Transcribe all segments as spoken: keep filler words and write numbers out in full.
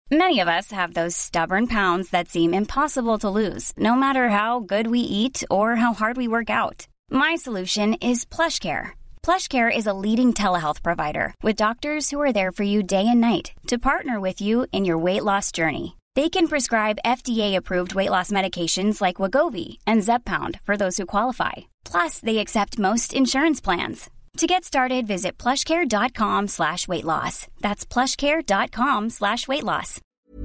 Many of us have those stubborn pounds that seem impossible to lose, no matter how good we eat or how hard we work out. My solution is PlushCare. PlushCare is a leading telehealth provider with doctors who are there for you day and night to partner with you in your weight loss journey. They can prescribe F D A-approved weight loss medications like Wegovy and Zepbound for those who qualify. Plus, they accept most insurance plans. To get started, visit plushcare.com slash weight loss. That's plushcare.com slash weight loss.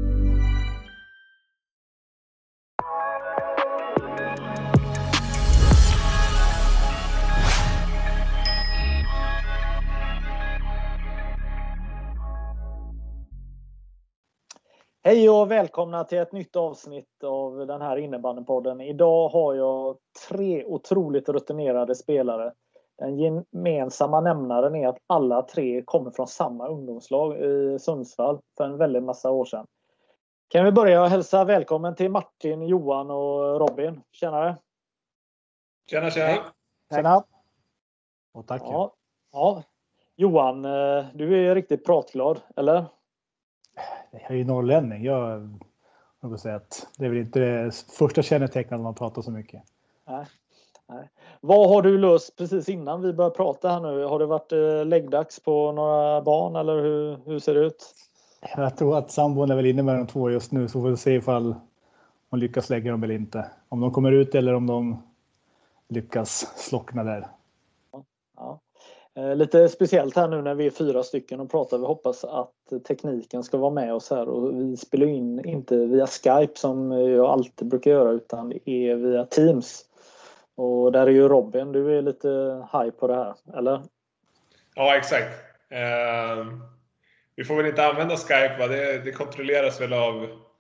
Hej och välkomna till ett nytt avsnitt av den här innebandypodden. Idag har jag tre otroligt rutinerade spelare. Den gemensamma nämnaren är att alla tre kommer från samma ungdomslag i Sundsvall för en väldigt massa år sedan. Kan vi börja hälsa välkommen till Martin, Johan och Robin. Tjenare! Tjena, tjena! Tjena! Och tack! Ja, ja. Johan, du är riktigt pratglad, eller? Jag är ju norrlänning. Jag, jag vill säga att det är väl inte det första kännetecknet när man pratar så mycket. Nej. Nej. Vad har du löst precis innan vi börjar prata här nu? Har det varit eh, läggdags på några barn eller hur, hur ser det ut? Jag tror att sambon är väl inne med de två just nu, så får vi se ifall de lyckas lägga dem eller inte. Om de kommer ut eller om de lyckas slockna där. Ja. Eh, lite speciellt här nu när vi är fyra stycken och pratar. Vi hoppas att tekniken ska vara med oss här, och vi spelar in inte via Skype som jag alltid brukar göra, utan det är via Teams. Och där är ju Robin, du är lite high på det här, eller? Ja, exakt. Eh, vi får väl inte använda Skype, va? Det, det kontrolleras väl av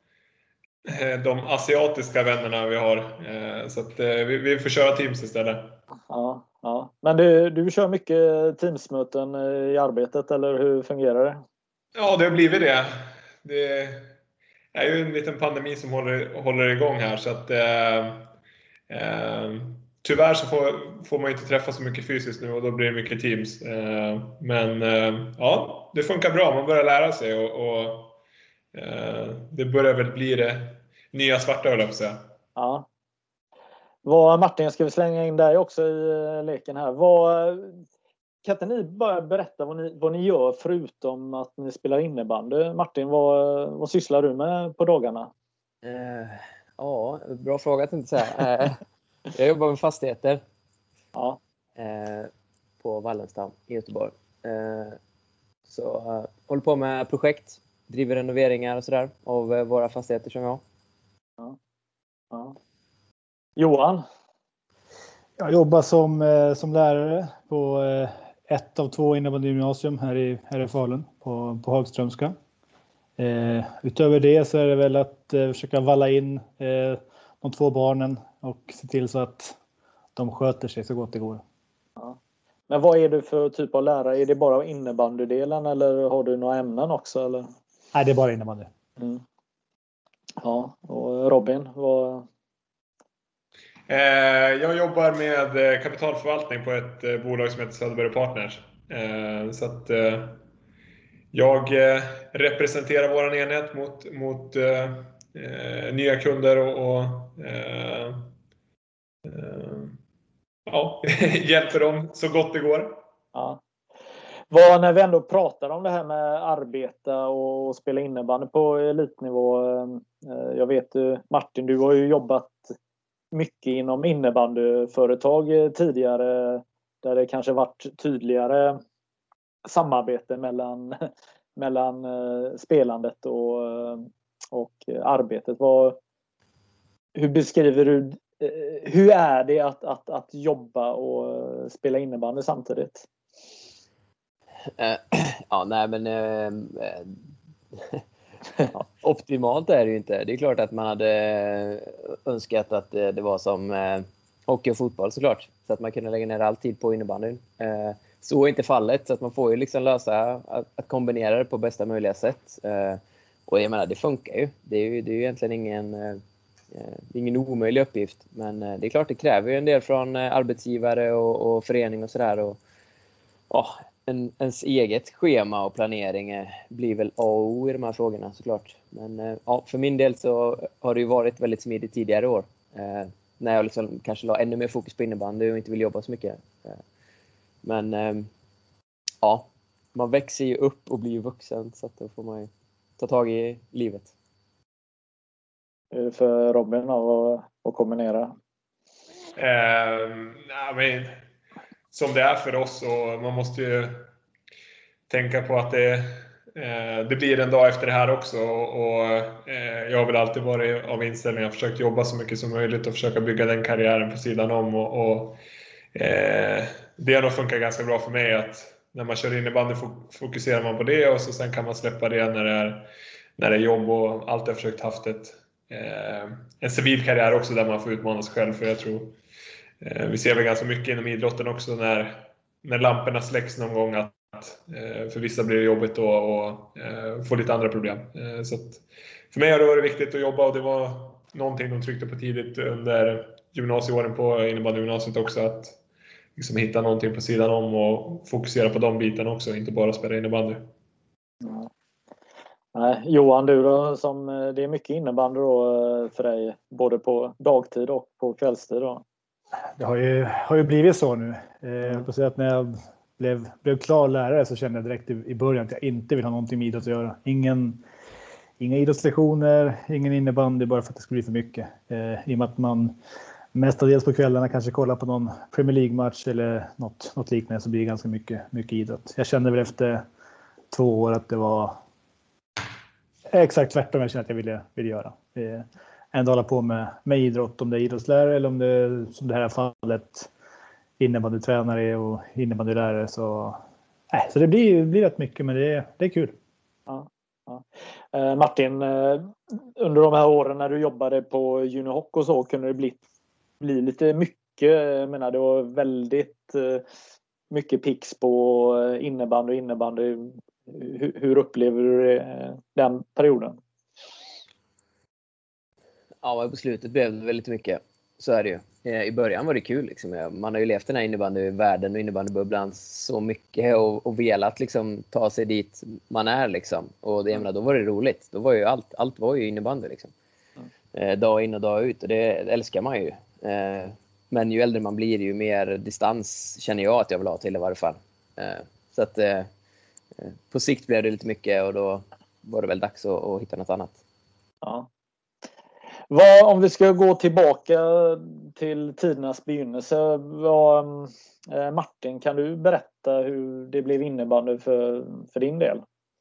eh, de asiatiska vännerna vi har. Eh, så att, eh, vi, vi får köra Teams istället. Ja, ja. Men du, du kör mycket Teams-möten i arbetet, eller hur fungerar det? Ja, det har blivit det. Det är ju en liten pandemi som håller, håller igång här, så att... Eh, eh, Tyvärr så får, får man inte träffa så mycket fysiskt nu, och då blir det mycket Teams. Eh, men eh, ja, det funkar bra. Man börjar lära sig, och, och eh, det börjar väl bli det nya svarta, vill jag säga. Ja. Vad, Martin, ska vi slänga in dig också i leken här. Vad, kan inte ni bara berätta vad ni, vad ni gör förutom att ni spelar innebandy? Martin, vad, vad sysslar du med på dagarna? Eh, ja, bra fråga, tänkte jag säga. Eh, Jag jobbar med fastigheter ja. eh, på Wallenstam i Göteborg. Eh, så eh, håller på med projekt, driver renoveringar och sådär av eh, våra fastigheter som vi har. Ja. Ja. Johan? Jag jobbar som, eh, som lärare på eh, ett av två innebandygymnasium här i, här i Falun på, på Hagströmska. Eh, utöver det så är det väl att eh, försöka valla in eh, de två barnen och se till så att de sköter sig så gott det går. Ja. Men vad är du för typ av lärare? Är det bara innebandydelen eller har du några ämnen också? Eller? Nej, det är bara innebandy. Mm. Ja, och Robin, vad... Eh, jag jobbar med kapitalförvaltning på ett eh, bolag som heter Söderberg Partners. Eh, så att eh, jag eh, representerar vår enhet mot, mot eh, eh, nya kunder och, och eh, eh, ja, hjälper dem så gott det går. Ja. Vad, när vi ändå pratar om det här med arbeta och spela innebandy på elitnivå. Eh, jag vet, Martin, du har ju jobbat mycket inom innebandyföretag tidigare, där det kanske varit tydligare samarbete mellan, mellan spelandet och, och arbetet. Vad, hur beskriver du, hur är det att, att, att jobba och spela innebandy samtidigt? Ja, nej men äh, ja, optimalt är det ju inte. Det är klart att man hade önskat att det var som eh, hockey och fotboll såklart. Så att man kunde lägga ner all tid på innebandyn. Eh, så är inte fallet. Så att man får ju liksom lösa att, att kombinera det på bästa möjliga sätt. Eh, och jag menar, det funkar ju. Det är ju, det är ju egentligen ingen, eh, ingen omöjlig uppgift. Men eh, det är klart, det kräver ju en del från eh, arbetsgivare och, och förening och sådär. Och, oh, en, ens eget schema och planering eh, blir väl A och O i de här frågorna såklart. Men eh, ja, för min del så har det ju varit väldigt smidigt tidigare år. Eh, när jag liksom kanske la ännu mer fokus på innebandy och inte vill jobba så mycket. Eh, men eh, ja, man växer ju upp och blir ju vuxen, så att då får man ju ta tag i livet. Är det för Robin att, att kombinera? Eh, nej, men, som det är för oss, och man måste ju tänka på att det, eh, det blir en dag efter det här också. Och, och eh, jag har väl alltid varit av inställningen att försöka jobba så mycket som möjligt och försöka bygga den karriären på sidan om. Och, och eh, det har nog funkat ganska bra för mig, att när man kör innebandy fokuserar man på det, och så sen kan man släppa det när det är, när det är jobb. Och alltid har försökt haft ett, eh, en civil karriär också där man får utmana sig själv. För jag tror, eh, vi ser väl ganska mycket inom idrotten också när, när lamporna släcks någon gång, att eh, för vissa blir det jobbigt då och eh, få lite andra problem. Eh, så att för mig har det varit viktigt att jobba, och det var någonting de tryckte på tidigt under gymnasieåren på innebandygymnasiet också, att liksom hitta någonting på sidan om och fokusera på de bitarna också, inte bara spela innebandy. Ja. Nej, Johan, du då, som det är mycket innebandy då för dig, både på dagtid och på kvällstid då? Det har ju, har ju blivit så nu. Eh, jag får säga att när jag blev, blev klar lärare så kände jag direkt i, i början att jag inte vill ha någonting med idrott att göra. Ingen, inga idrottslektioner, ingen innebandy, bara för att det skulle bli för mycket. Eh, I och med att man mestadels på kvällarna kanske kollar på någon Premier League-match eller något, något liknande, så blir det ganska mycket, mycket idrott. Jag kände väl efter två år att det var exakt tvärtom jag kände att jag ville, ville göra. Eh, ändå hålla på med, med idrott, om det är idrottslärare eller om det är, som det här fallet, innebandytränare och innebandylärare. Så, äh, så det blir, blir rätt mycket, men det är, det är kul. Ja, ja. Eh, Martin, eh, under de här åren när du jobbade på Junior Hockey och så, kunde det bli, bli lite mycket. Jag menar, det var väldigt eh, mycket pix på innebandy och innebandy. Hur, hur upplever du det, den perioden? Ja, på slutet blev det väldigt mycket. Så är det ju. I början var det kul. Liksom. Man har ju levt den här innebandyvärlden och innebandybubblan så mycket och, och velat liksom, ta sig dit man är. Liksom. Och det, jag menar, då var det roligt. Då var ju allt, allt var ju innebandy. Liksom. Mm. Dag in och dag ut. Och det älskar man ju. Men ju äldre man blir, ju mer distans känner jag att jag vill ha till i varje fall. Så att på sikt blev det lite mycket, och då var det väl dags att, att hitta något annat. Ja. Vad, om vi ska gå tillbaka till tidernas begynnelse, vad, eh, Martin, kan du berätta hur det blev innebandy för, för din del?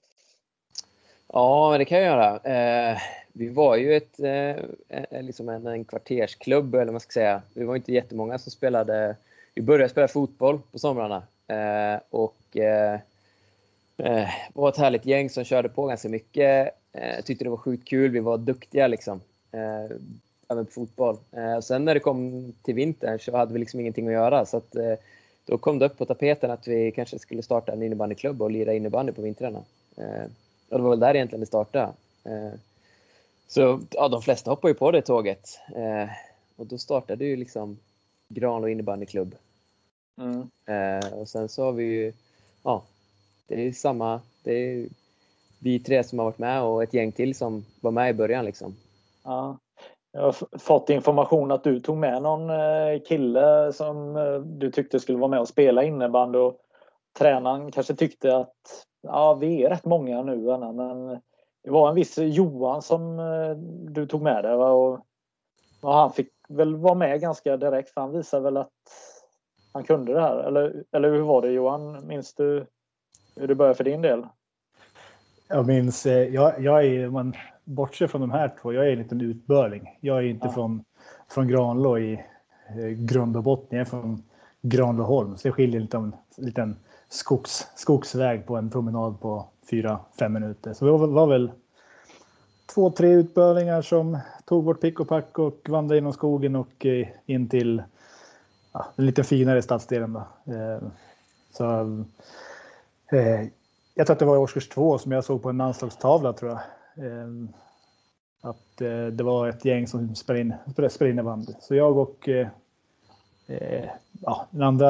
Ja, det kan jag göra. Eh, vi var ju ett, eh, liksom en, en kvartersklubb, eller vad man ska säga. Vi var inte jättemånga som spelade. Vi började spela fotboll på somrarna. Eh, och eh, eh, var ett härligt gäng som körde på ganska mycket. Eh, tyckte det var sjukt kul. Vi var duktiga liksom. Eh, även på fotboll. Eh, och sen när det kom till vintern så hade vi liksom ingenting att göra. Så att, eh, då kom det upp på tapeten att vi kanske skulle starta en innebandyklubb och lira innebandy på vintrarna. Eh, och det var väl där egentligen det startade. Eh, så ja, de flesta hoppade ju på det tåget. Eh, och då startade ju liksom Granlo innebandyklubb. Mm. Eh, och sen så har vi ju, ja, det är samma, det är vi tre som har varit med och ett gäng till som var med i början liksom. Ja. Jag har fått information att du tog med någon kille som du tyckte skulle vara med och spela innebandy, och tränaren kanske tyckte att ja, vi är rätt många nu, men det var en viss Johan som du tog med dig, och, och han fick väl vara med ganska direkt, för han visade väl att han kunde det här, eller, eller hur var det, Johan? Minns du hur det började för din del? Jag minns, jag, jag är, man bortser från de här två, jag är en liten utbörling. Jag är inte ja. från, från Granlo i eh, grund och botten, jag är från Granloholm. Så det skiljer lite om en liten skogs, skogsväg på en promenad på fyra fem minuter. Så det var, var väl två, tre utbörlingar som tog vårt pick och pack och vandrade genom skogen och eh, in till ja, en lite finare stadsdelen. Då. Eh, så eh, jag tror att det var i årskurs två som jag såg på en anslagstavla, tror jag. Eh, att eh, det var ett gäng som spelade in, spelade innebandy. Så jag och eh, eh, ja, den andra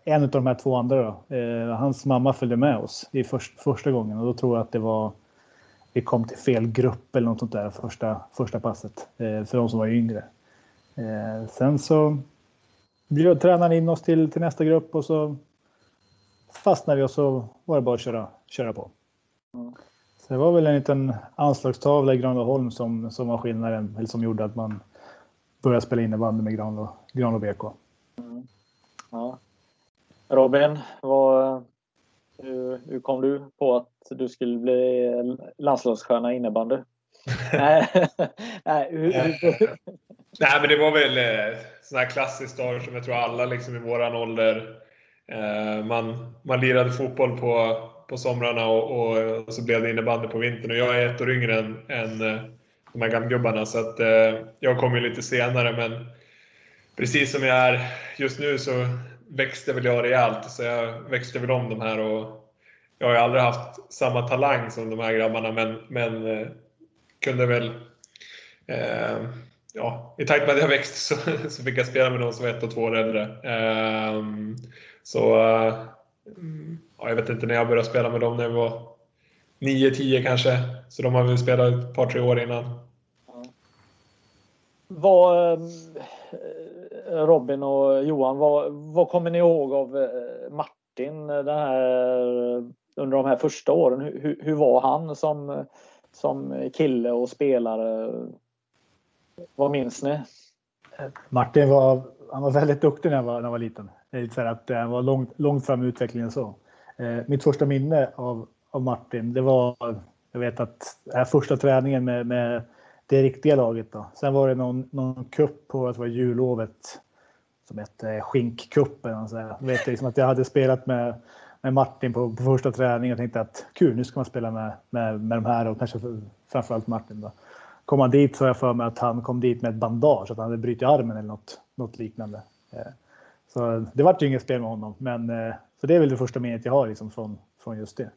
en av de här två andra då, eh, hans mamma följde med oss i först, första gången. Och då tror jag att det var, vi kom till fel grupp eller något sånt där första, första passet. Eh, för de som var yngre. Eh, sen så bjöd tränaren in oss till, till nästa grupp. Och så fastnade vi och så var det bara att köra, köra på. Mm. Så det var väl en liten anslagstavla i Granlöholm som, som var skillnaden. Eller som gjorde att man började spela innebandy med Granlö, Granlö B K. Mm. Ja. Robin, vad, hur, hur kom du på att du skulle bli landslagsstjärna i innebandy? nej, nej, hur, hur... nej, men det var väl eh, sån här klassisk start som jag tror alla liksom i våran ålder. Eh, man, man lirade fotboll på, på somrarna och, och, och så blev det innebandy på vintern. Och jag är ett år yngre än, än eh, de här gamgubbarna, så att eh, jag kom ju lite senare. Men precis som jag är just nu så växte väl jag rejält, så jag växte väl om de här. Och jag har ju aldrig haft samma talang som de här grabbarna, men, men eh, kunde väl eh, ja, i takt med att jag växte så, så fick jag spela med någon som var ett och två år äldre. Eh, så eh, ja, jag vet inte när jag började spela med dem när jag var nio tio kanske, så de har väl spelat ett par tre år innan. Ja. Vad Robin och Johan, vad, vad kommer ni ihåg av Martin den här, under de här första åren? Hur, hur var han som, som kille och spelare? Vad minns ni? Martin var, han var väldigt duktig när han var, när han var liten. Det är så att han var långt, långt fram i utvecklingen så. Eh, mitt första minne av, av Martin, det var, jag vet att den här första träningen med, med det riktiga laget då. Sen var det någon, någon kupp på att det var jullovet som hette Skinkkuppen. Jag vet liksom att jag hade spelat med, med Martin på, på första träningen och tänkte att kul, nu ska man spela med, med, med de här och kanske för, framförallt Martin då. Kom han dit så jag för mig att han kom dit med ett bandage, att han hade brutit armen eller något, något liknande. Så det var ju inget spel med honom, men så det är väl det första minnet jag har liksom från, från just det.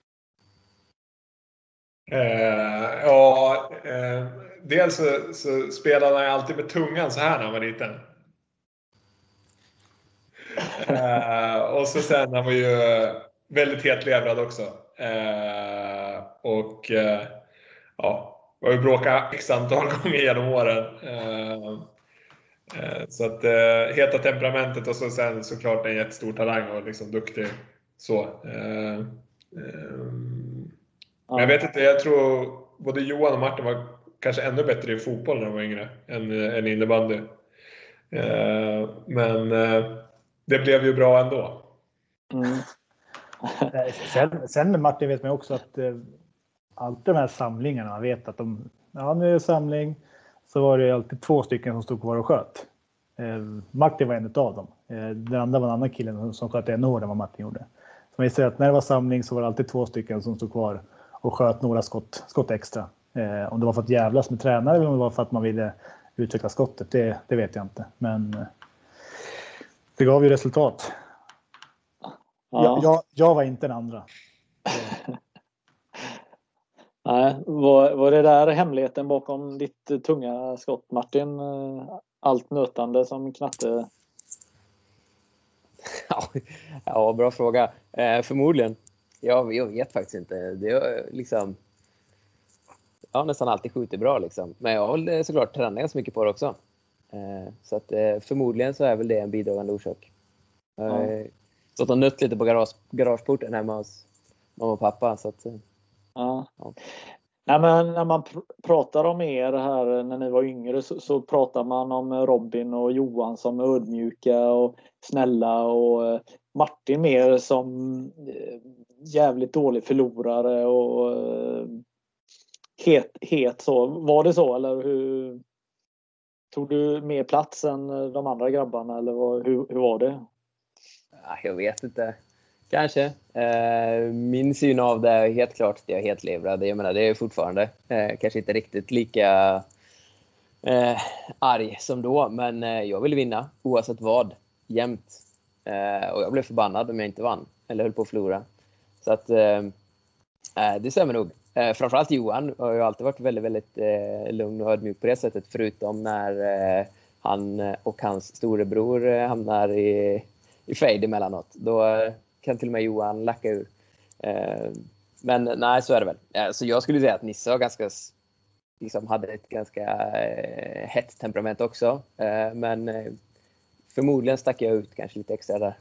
Eh, ja, eh, dels så, så spelade han alltid med tungan så här när han var liten. Eh, och så sen han var ju väldigt hetlevrad också. Eh, och eh, ja, var ju bråkat x antal gånger genom åren. Eh, eh, så att eh, heta temperamentet och så sen såklart en jättestor talang och liksom duktig så. Eh, eh, Men jag vet inte, jag tror både Johan och Martin var kanske ännu bättre i fotboll när de var yngre än, än innebandy. Eh, men eh, det blev ju bra ändå. Mm. sen, sen med Martin vet man också att eh, allt de här samlingarna, man vet att de, ja nu är det samling, så var det alltid två stycken som stod kvar och sköt. Eh, Martin var en av dem. Eh, den andra var en annan kille som, som sköt ännu hårdare än vad Martin gjorde. Så man ser att när det var samling så var det alltid två stycken som stod kvar och sköt några skott, skott extra. Eh, om det var för att jävlas med tränare eller om det var för att man ville utveckla skottet, det, det vet jag inte. Men eh, det gav ju resultat. Ja. Jag, jag, jag var inte den andra. Nej, var, var det där hemligheten bakom ditt tunga skott, Martin? Allt nötande som knatte? Ja, bra fråga. Eh, förmodligen. Ja, jag vet faktiskt inte. Det är liksom, jag har nästan alltid skjutit bra liksom. Men jag har såklart tränat ganska mycket på det också. Eh, så att eh, förmodligen så är väl det en bidragande orsak. Ja. Eh, så att de nött lite på garage, garageporten hemma hos mamma och pappa. Så att, ja. Ja. Nej, men när man pr- pratar om er här när ni var yngre så, så pratar man om Robin och Johan som ödmjuka och snälla och eh, Martin mer som eh, jävligt dålig förlorare och eh, het, het så. Var det så eller hur tog du mer plats än de andra grabbarna eller vad, hur, hur var det? Jag vet inte. Kanske. Eh, min syn av det är helt klart att jag är helt levrad. Jag menar, det är fortfarande eh, kanske inte riktigt lika eh, arg som då. Men eh, jag ville vinna oavsett vad. Jämt. Eh, och jag blev förbannad om jag inte vann. Eller höll på att förlora. Så att eh, det stämmer nog. Eh, framförallt Johan har ju alltid varit väldigt, väldigt eh, lugn och ödmjuk på det sättet. Förutom när eh, han och hans storebror eh, hamnar i i fade emellanåt. Då eh, kan till och med Johan lacka ur. Eh, men nej, så är det väl. Så jag skulle säga att Nisse var ganska, liksom, hade ett ganska eh, hett temperament också. Eh, men eh, förmodligen stack jag ut kanske lite extra där.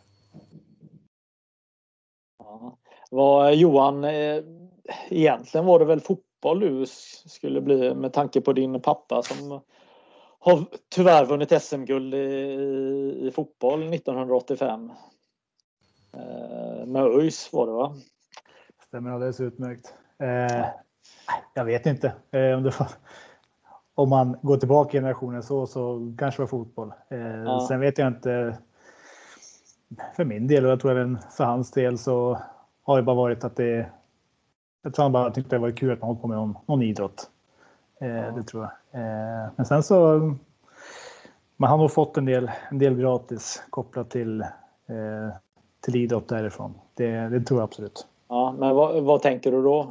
Ja. Var, Johan, eh, egentligen var det väl fotboll du skulle bli med tanke på din pappa som har tyvärr vunnit S M-guld i, i, i fotboll nittonhundraåttiofem. Eh, med ÖIS var det, va? Stämmer alldeles utmärkt. Eh, jag vet inte. Eh, om, det var, om man går tillbaka i generationen så, så kanske det var fotboll. Eh, ja. Sen vet jag inte. För min del och jag tror även för hans del så har det bara varit att det. Jag tror han bara tyckte det var kul att man håller på med någon, någon idrott. Eh, ja. Det tror jag. Eh, men sen så. Man har nog fått en del, en del gratis kopplat till, eh, till idrott därifrån. Det, det tror jag absolut. Ja, men vad, vad tänker du då?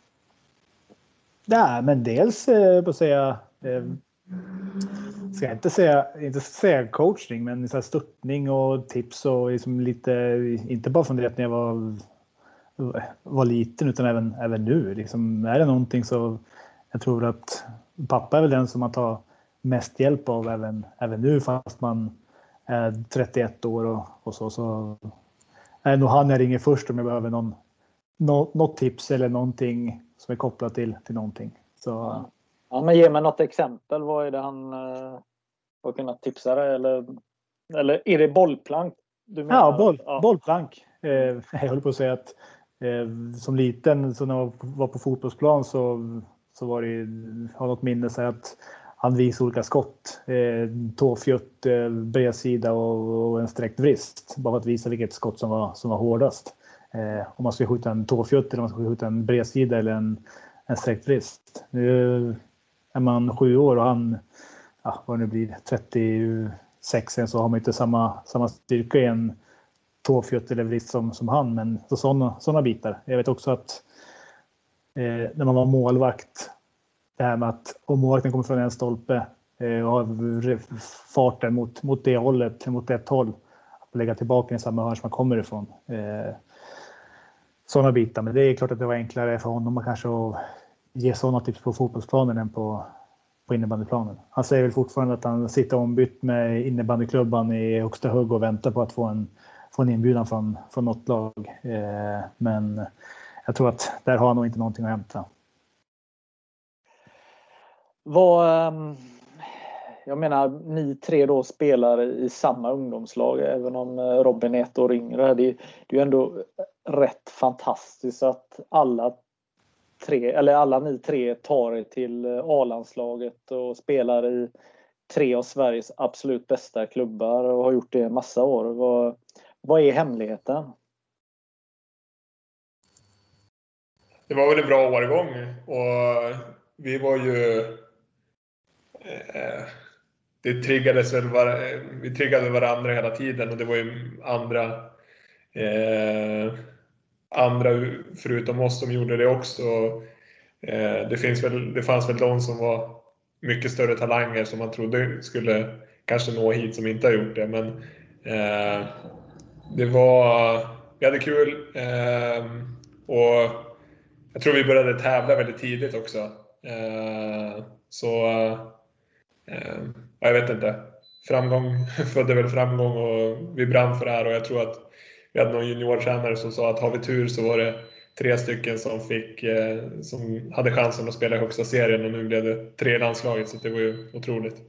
Ja, men dels eh, på att säga. Eh, ska jag inte säga, inte säga coaching, men så här stöttning och tips och liksom lite, inte bara från det när jag var, var liten utan även, även nu. Liksom, är det någonting så jag tror att pappa är väl den som man tar mest hjälp av även, även nu fast man är trettioett år och, och så. Så är det nog han jag ringer först om jag behöver någon, nå, något tips eller någonting som är kopplat till, till någonting. Så, ja. Ja, men ge mig något exempel. Vad är det han uh, har kunnat tipsa dig? Eller, eller är det bollplank? Du menar? Ja, boll, ja. bollplank. Eh, jag håller på att säga att eh, som liten så när jag var på fotbollsplan så, så var det, har något minne så att han visade olika skott. Eh, tåfjutt, eh, bredsida och, och en sträckt vrist. Bara för att visa vilket skott som var, som var hårdast. Eh, om man skulle skjuta en tåfjutt eller om man skulle skjuta en bredsida eller en, en sträckt vrist. Nu är man sju år och han, ja, vad det nu blir, trettiosex, så har man inte samma, samma styrka i en tåfjutt eller vrist som, som han. Men så sådana, sådana bitar. Jag vet också att eh, när man var målvakt, det här med att om målvakten kommer från en stolpe eh, och har farten mot, mot det hållet, mot ett håll, att lägga tillbaka i samma hörn som man kommer ifrån. Eh, sådana bitar. Men det är klart att det var enklare för honom att kanske att ge sådana tips på fotbollsplanen än på, på innebandyplanen. Han säger väl fortfarande att han sitter ombytt med innebandyklubban i högsta hugg och väntar på att få en, få en inbjudan från, från något lag. Eh, men jag tror att där har han nog inte någonting att hämta. Vad, jag menar, ni tre då spelar i samma ungdomslag, även om Robin är ett år yngre. Det, det är ju ändå rätt fantastiskt att alla tre, eller alla ni tre tar er till A-landslaget och spelar i tre av Sveriges absolut bästa klubbar och har gjort det en massa år. Vad, vad är hemligheten? Det var väl en bra årgång och vi var ju eh, det triggades väl var, vi triggade varandra hela tiden och det var ju andra eh, andra förutom oss som gjorde det också. Eh, det, finns väl, det fanns väl de som var mycket större talanger som man trodde skulle kanske nå hit som inte har gjort det. Men eh, det var, vi hade kul eh, och jag tror vi började tävla väldigt tidigt också. Eh, så eh, jag vet inte. Framgång födde väl framgång och vi brann för det här och jag tror att vi hade någon juniortränare som sa att har vi tur så var det tre stycken som fick eh, som hade chansen att spela i högsta serien och nu blev det tre i landslaget så det var ju otroligt.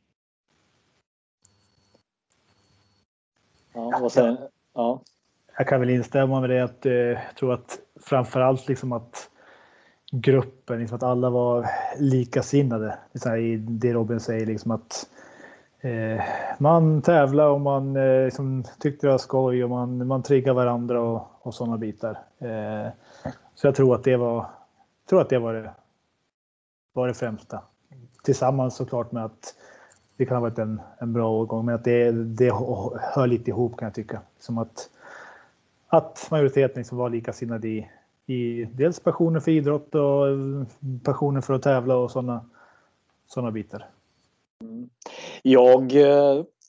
Ja, vad säger du? Ja. Jag kan väl instämma med det att eh, jag tror att framförallt liksom att gruppen, liksom att alla var likasinnade. I det Robin säger liksom att eh, man tävlar och man eh, liksom, tyckte det var skoj och man, man triggar varandra och, och sådana bitar. Eh, så jag tror att det var, tror att det var det, var det främsta. Tillsammans såklart med att det kan ha varit en, en bra årgång, men att det, det hör lite ihop kan jag tycka. Som att, att majoriteten liksom var likasinnade i, i dels passionen för idrott och passionen för att tävla och sådana såna bitar. Jag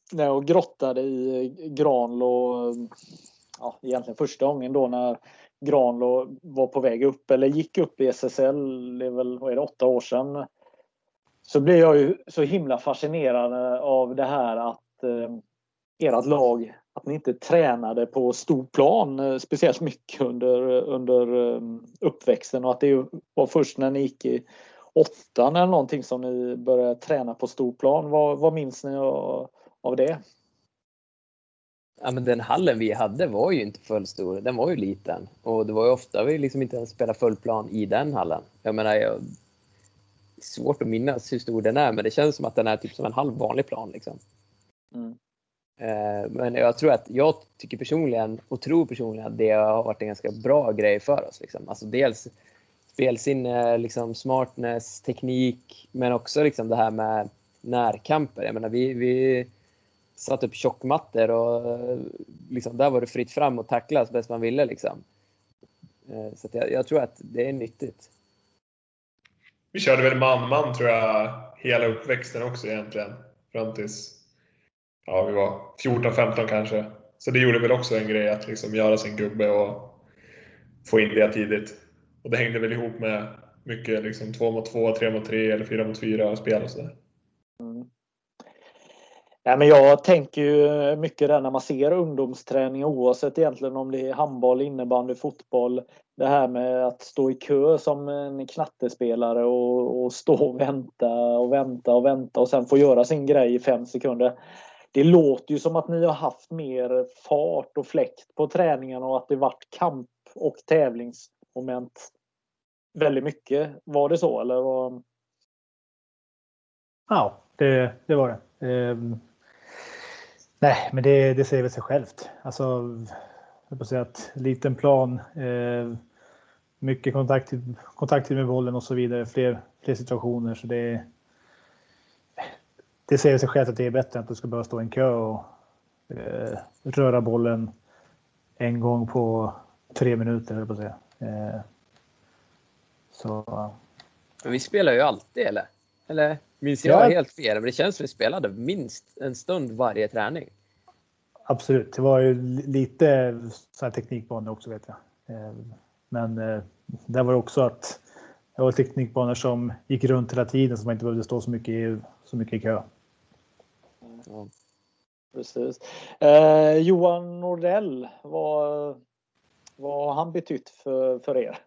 när jag grottade i Granlo, ja, egentligen första gången då när Granlo var på väg upp eller gick upp i S S L, det är väl vad är det, åtta år sedan, så blev jag ju så himla fascinerad av det här att eh, ert lag, att ni inte tränade på stor plan eh, speciellt mycket under, under eh, uppväxten, och att det var först när ni gick i åttan eller någonting som ni började träna på stor plan. Vad, vad minns ni av, av det? Ja, men den hallen vi hade var ju inte full stor. Den var ju liten. Och det var ju ofta vi liksom inte ens spelade full plan i den hallen. Jag menar, jag, det är svårt att minnas hur stor den är, men det känns som att den är typ som en halv vanlig plan liksom. Mm. Eh, men jag tror att, jag tycker personligen och tror personligen att det har varit en ganska bra grej för oss liksom. Alltså dels spelsinne, liksom smartness, teknik, men också liksom det här med närkamper. Jag menar, vi, vi satt upp tjockmattor och liksom, där var det fritt fram och tacklas bäst man ville liksom. Så att jag, jag tror att det är nyttigt. Vi körde väl man-man tror jag hela uppväxten också egentligen. Fram tills ja, vi var fjorton femton kanske. Så det gjorde väl också en grej att liksom göra sin gubbe och få in det tidigt. Och det hängde väl ihop med mycket liksom två mot två, tre mot tre eller fyra mot fyra spel och sådär. Mm. Ja, men jag tänker ju mycket där när man ser ungdomsträning, oavsett egentligen om det är handboll, innebandy, fotboll. Det här med att stå i kö som en knattespelare och, och stå och vänta och vänta och vänta och sen få göra sin grej i fem sekunder. Det låter ju som att ni har haft mer fart och fläkt på träningen och att det varit kamp och tävlingsmoment väldigt mycket. Var det så eller? Var... Ja, det, det var det. Um... Nej, men det, det säger väl sig självt. Alltså, jag får säga att liten plan, eh, mycket kontakt, kontakt med bollen och så vidare, fler, fler situationer. Så det, det säger sig självt att det är bättre än att du ska behöva stå i en kö och eh, röra bollen en gång på tre minuter, höll jag på att säga. Eh, så. Men vi spelar ju alltid, eller? Eller minns jag Ja. helt fel? Men det känns som att vi spelade minst en stund varje träning. Absolut. Det var ju lite så här teknikbanor också, vet jag. Men där var det också att det var teknikbanor som gick runt hela tiden så man inte behövde stå så mycket i, så mycket i kö. Ja. Precis. Eh, Johan Nordell, vad, vad har han betytt för, för er?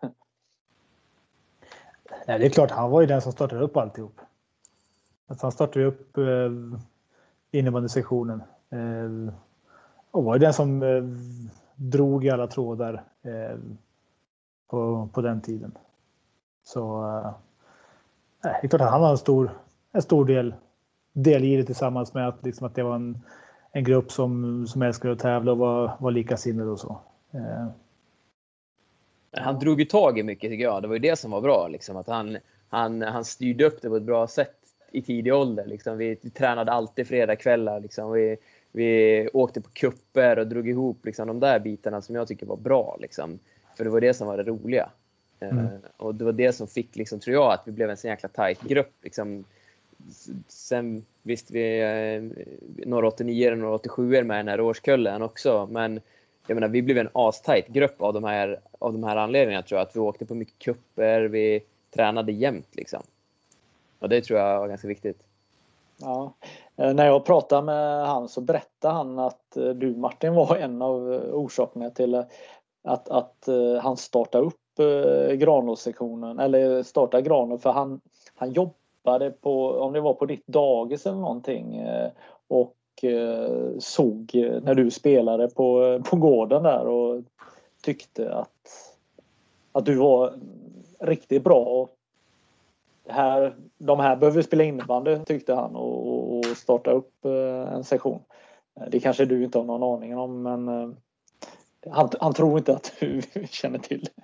Nej, det är klart, han var ju den som startade upp alltihop. Att han startade upp eh, innebandysektionen. Eh, och var ju den som eh, drog i alla trådar eh, på, på den tiden. Så eh, det är klart att han har en stor, en stor del, del i det tillsammans med att, liksom, att det var en, en grupp som, som älskade att tävla och var, var likasinnade och så. Eh. Han drog ju tag i mycket tycker jag. Det var ju det som var bra. Liksom, att han, han, han styrde upp det på ett bra sätt i tidig ålder. Liksom. Vi, vi tränade alltid fredagskvällar. Liksom. Vi, vi åkte på kupper och drog ihop liksom, de där bitarna som jag tycker var bra. Liksom. För det var det som var det roliga. Mm. Uh, och det var det som fick, liksom, tror jag, att vi blev en så jäkla tajt grupp. Liksom. Sen visst vi eh, några åttionio och några åttiosju är med den här årskullen också. Men jag menar, vi blev en astajt grupp av de här, av de här anledningarna, tror jag. Att vi åkte på mycket kupper, vi tränade jämt liksom. Och det tror jag var ganska viktigt. Ja. När jag pratade med han så berättade han att du, Martin, var en av orsakerna till att, att han startade upp Granås-sektionen. Eller startade Granås, för han, han jobbade på, om det var på ditt dagis eller någonting. Och såg när du spelade på, på gården där och tyckte att, att du var riktigt bra. Och här, de här behöver spela innebandy, tyckte han, och, och starta upp en sektion. Det kanske du inte har någon aning om, men han, han tror inte att du känner till det.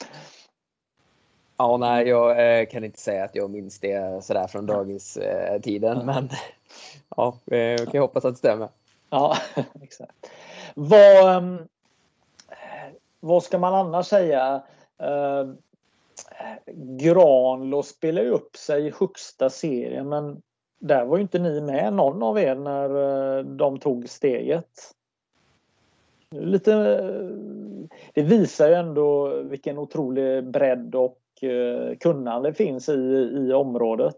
Ja, nej, jag eh, kan inte säga att jag minns det sådär från dagistiden, eh, men ja, jag kan hoppas att det stämmer. Ja, exakt. Vad, vad ska man annars säga? Granlo spelar ju upp sig i högsta serien, men där var ju inte ni med, någon av er, när de tog steget. Lite, det visar ju ändå vilken otrolig bredd och kunnande finns i, i området.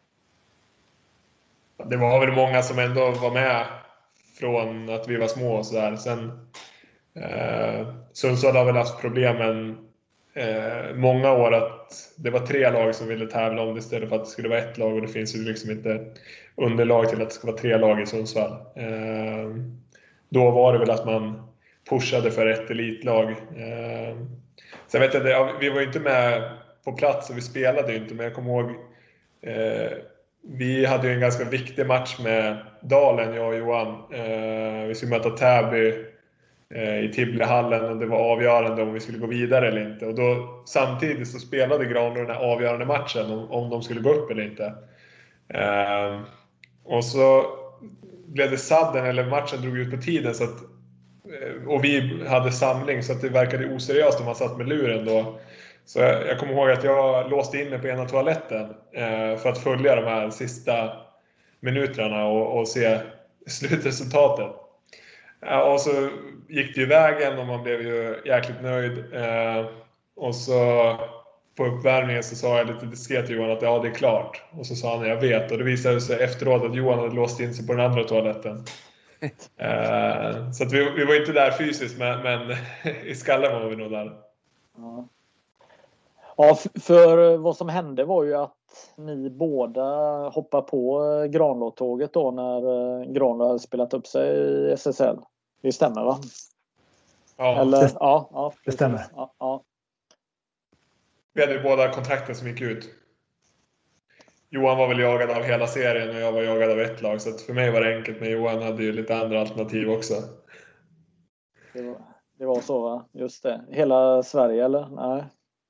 Det var väl många som ändå var med från att vi var små och sådär. Sen eh, Sundsvall har väl haft problemen eh, många år att det var tre lag som ville tävla om det istället för att det skulle vara ett lag, och det finns ju liksom inte underlag till att det ska vara tre lag i Sundsvall. Eh, då var det väl att man pushade för ett elitlag. Eh, sen vet jag, det, vi var ju inte med på plats och vi spelade ju inte, men jag kommer ihåg eh, vi hade ju en ganska viktig match med Dalen, jag och Johan. Eh, vi skulle möta Täby eh, i Tibblehallen, och det var avgörande om vi skulle gå vidare eller inte. Och då samtidigt så spelade Granlund den här avgörande matchen om, om de skulle gå upp eller inte. Eh, och så blev det sadden, eller matchen drog ut på tiden, så att, och vi hade samling, så att det verkade oseriöst om man satt med luren då. Så jag, jag kommer ihåg att jag låste in mig på ena toaletten eh, för att följa de här sista minuterna och, och se slutresultatet. Ja, och så gick det ju vägen och man blev ju jäkligt nöjd. Eh, och så på uppvärmningen så sa jag lite diskret till Johan att ja, det är klart. Och så sa han jag vet, och det visade sig efteråt att Johan hade låst in sig på den andra toaletten. Eh, så att vi, vi var inte där fysiskt, men, men i skallen var vi nog där. Ja. Ja, för vad som hände var ju att ni båda hoppade på Granlå-tåget då när Granlå hade spelat upp sig i S S L. Det stämmer, va? Ja, Eller, det, ja, ja, det stämmer. Ja, ja. Vi hade ju båda kontrakten som gick ut. Johan var väl jagad av hela serien och jag var jagad av ett lag. Så att för mig var det enkelt, men Johan hade ju lite andra alternativ också. Det var, det var så, va? Just det. Hela Sverige, eller? Nej.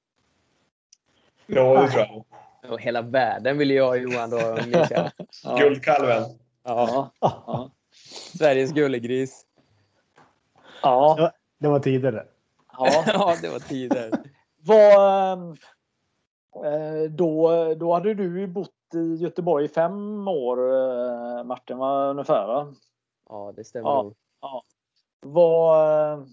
Ja, det tror jag. Och hela världen ville jag och Johan då. Ja. Guldkalven. Ja. Ja. Sveriges gullegris. Ja. Ja, det var tidigare. Ja. Ja, det var tider. Vad, då, då hade du ju bott i Göteborg i fem år, Martin, var ungefär, va? Ja, det stämmer Ja. nog. Ja. Vad,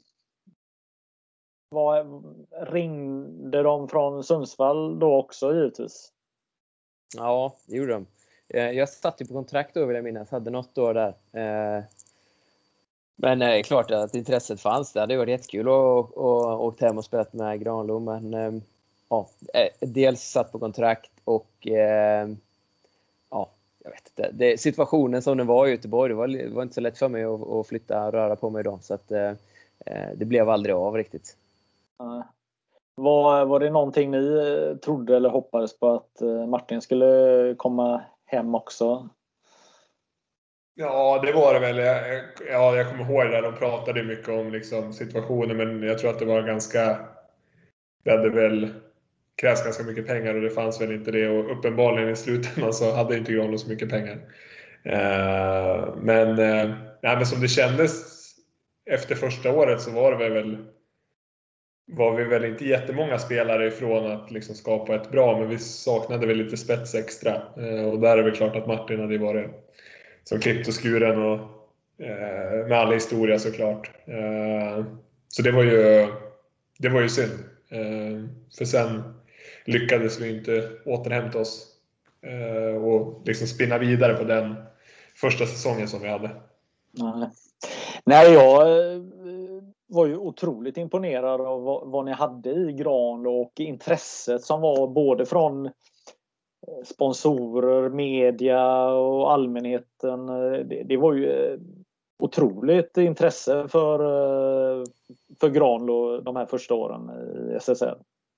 vad ringde de från Sundsvall då också, givetvis? Ja, det gjorde de. Jag satt ju på kontrakt då, vill jag minnas. Hade något år där. Men det är klart att intresset fanns. Det hade varit jättekul att åka hem och spelat med Granlund. Men ja, dels satt på kontrakt och ja, jag vet inte. Det, situationen som den var i Göteborg, det var, det var inte så lätt för mig att, att flytta och röra på mig då. Så att det blev aldrig av riktigt. Ja. Var, var det någonting ni trodde eller hoppades på att Martin skulle komma hem också? Ja, det var det väl. Jag, ja, jag kommer ihåg det. De pratade mycket om liksom, situationen, men jag tror att det var ganska... Det hade väl krävs ganska mycket pengar och det fanns väl inte det. Och uppenbarligen i slutändan så hade inte Granlund så mycket pengar. Eh, men, eh, nej, men som det kändes efter första året så var det väl... var vi väl inte jättemånga spelare ifrån att liksom skapa ett bra, men vi saknade väl lite spets extra. Eh, och där är det klart att Martin hade varit som klippt och skuren och eh, med alla historia såklart. Eh, så det var ju det var ju synd. Eh, för sen lyckades vi inte återhämta oss eh, och liksom spinna vidare på den första säsongen som vi hade. Nej, Nej jag var ju otroligt imponerad av vad, vad ni hade i Granlå och intresset som var både från sponsorer, media och allmänheten. Det, det var ju otroligt intresse för, för Granlå de här första åren i S S L.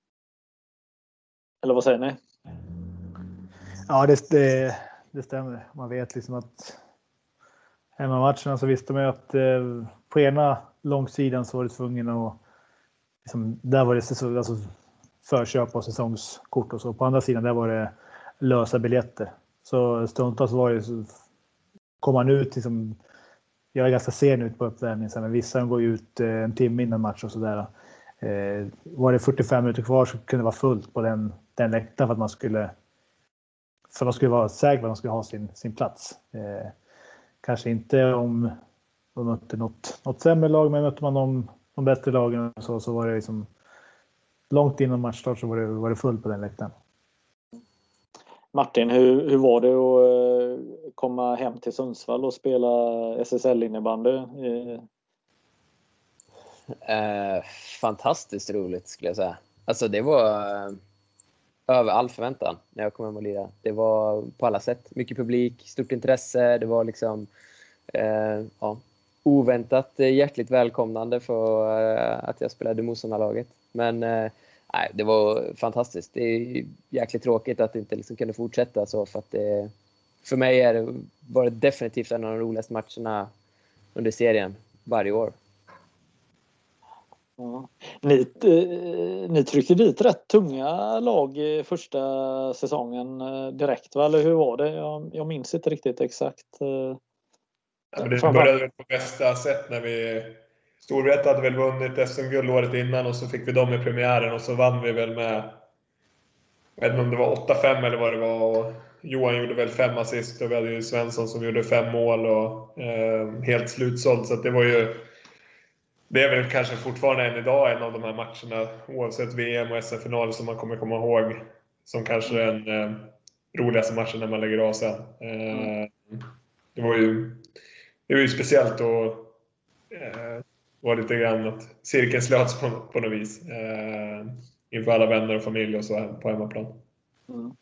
Eller vad säger ni? Ja, det, det, det stämmer. Man vet liksom att hemmamatcherna så visste man ju att eh, på ena långsidan så var det tvungen att liksom, där var det säsong, alltså, förköp och säsongskort och så. På andra sidan där var det lösa biljetter. Så stundtals var det så, kom man ut liksom, jag är ganska sen ut på uppvärmningen, men vissa går ut eh, en timme innan match och sådär. Eh, var det fyrtiofem minuter kvar så kunde det vara fullt på den, den läktaren för att man skulle för de skulle vara säkra på att de skulle ha sin, sin plats. Eh, kanske inte om de mötte något, något sämre lag, men mötte man de, de bättre lagen så, så var det liksom långt innan matchstart så var det, var det fullt på den läktaren. Martin, hur, hur var det att komma hem till Sundsvall och spela S S L-innebandy? Eh, fantastiskt roligt skulle jag säga. Alltså det var eh, över all förväntan när jag kom hem och lirade. Det var på alla sätt. Mycket publik, stort intresse. Det var liksom eh, ja, oväntat hjärtligt välkomnande för eh, att jag spelade motståndarlaget. Men eh, nej, det var fantastiskt. Det är jäkligt tråkigt att det inte liksom kunde fortsätta så, för att det, för mig är det, var det definitivt en av de roligaste matcherna under serien varje år. Ja. Ni, ni tryckte dit rätt tunga lag i första säsongen direkt, va? Eller hur var det? Jag, jag minns inte riktigt exakt. Ja, men det började väl på bästa sätt när vi... Storvreta hade väl vunnit S M-guld året innan och så fick vi dem i premiären och så vann vi väl med, jag vet inte om det var åtta fem eller vad det var, och Johan gjorde väl fem assist och vi hade ju Svensson som gjorde fem mål och eh, helt slutsåld, så att det var ju, det är väl kanske fortfarande än idag en av de här matcherna oavsett V M och S M-final som man kommer komma ihåg som kanske den eh, roligaste matchen när man lägger av sen. Eh, det var ju det var ju speciellt och eh, var lite grann att cirkeln slöts på, på något vis eh, inför alla vänner och familj och så på hemmaplan. Mm.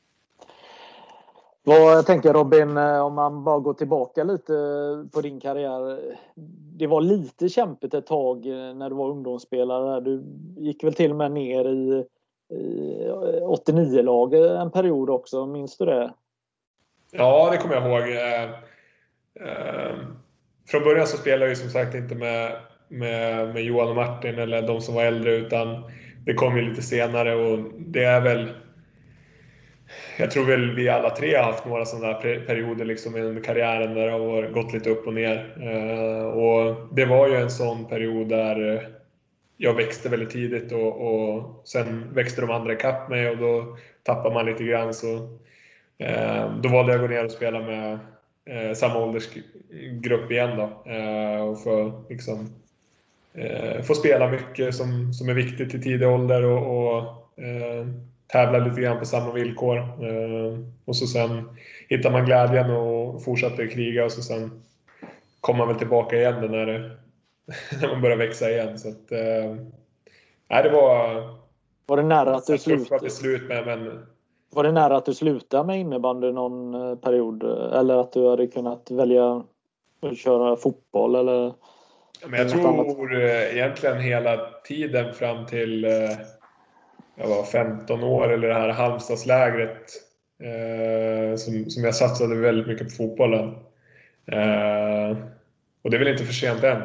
Vad tänker Robin, om man bara går tillbaka lite på din karriär? Det var lite kämpigt ett tag när du var ungdomsspelare. Du gick väl till och med ner i, i åttionio-laget en period också, minns du det? Ja, det kommer jag ihåg. Eh, eh, från början så spelade jag ju som sagt inte med Med, med Johan och Martin eller de som var äldre, utan det kom ju lite senare och det är väl, jag tror väl vi alla tre har haft några sådana där perioder liksom under karriären där det har gått lite upp och ner uh, och det var ju en sån period där jag växte väldigt tidigt och, och sen växte de andra ikapp mig och då tappar man lite grann, så uh, då valde jag att gå ner och spela med uh, samma åldersgrupp igen då uh, och för liksom Eh, få spela mycket som, som är viktigt i tidig ålder och, och eh, tävla lite grann på samma villkor. Eh, och så sen hittar man glädjen och fortsätter kriga och så sen kommer man väl tillbaka igen när, det, när man börjar växa igen. Så att, eh, nej, det var... Var det nära att du slutade? Beslut med, men... Var det nära att du slutade med innebandy någon period? Eller att du hade kunnat välja att köra fotboll eller... Men jag tror egentligen hela tiden fram till jag var femton år eller det här Halmstadslägret eh, som, som jag satsade väldigt mycket på fotbollen. Eh, och det är väl inte för sent än.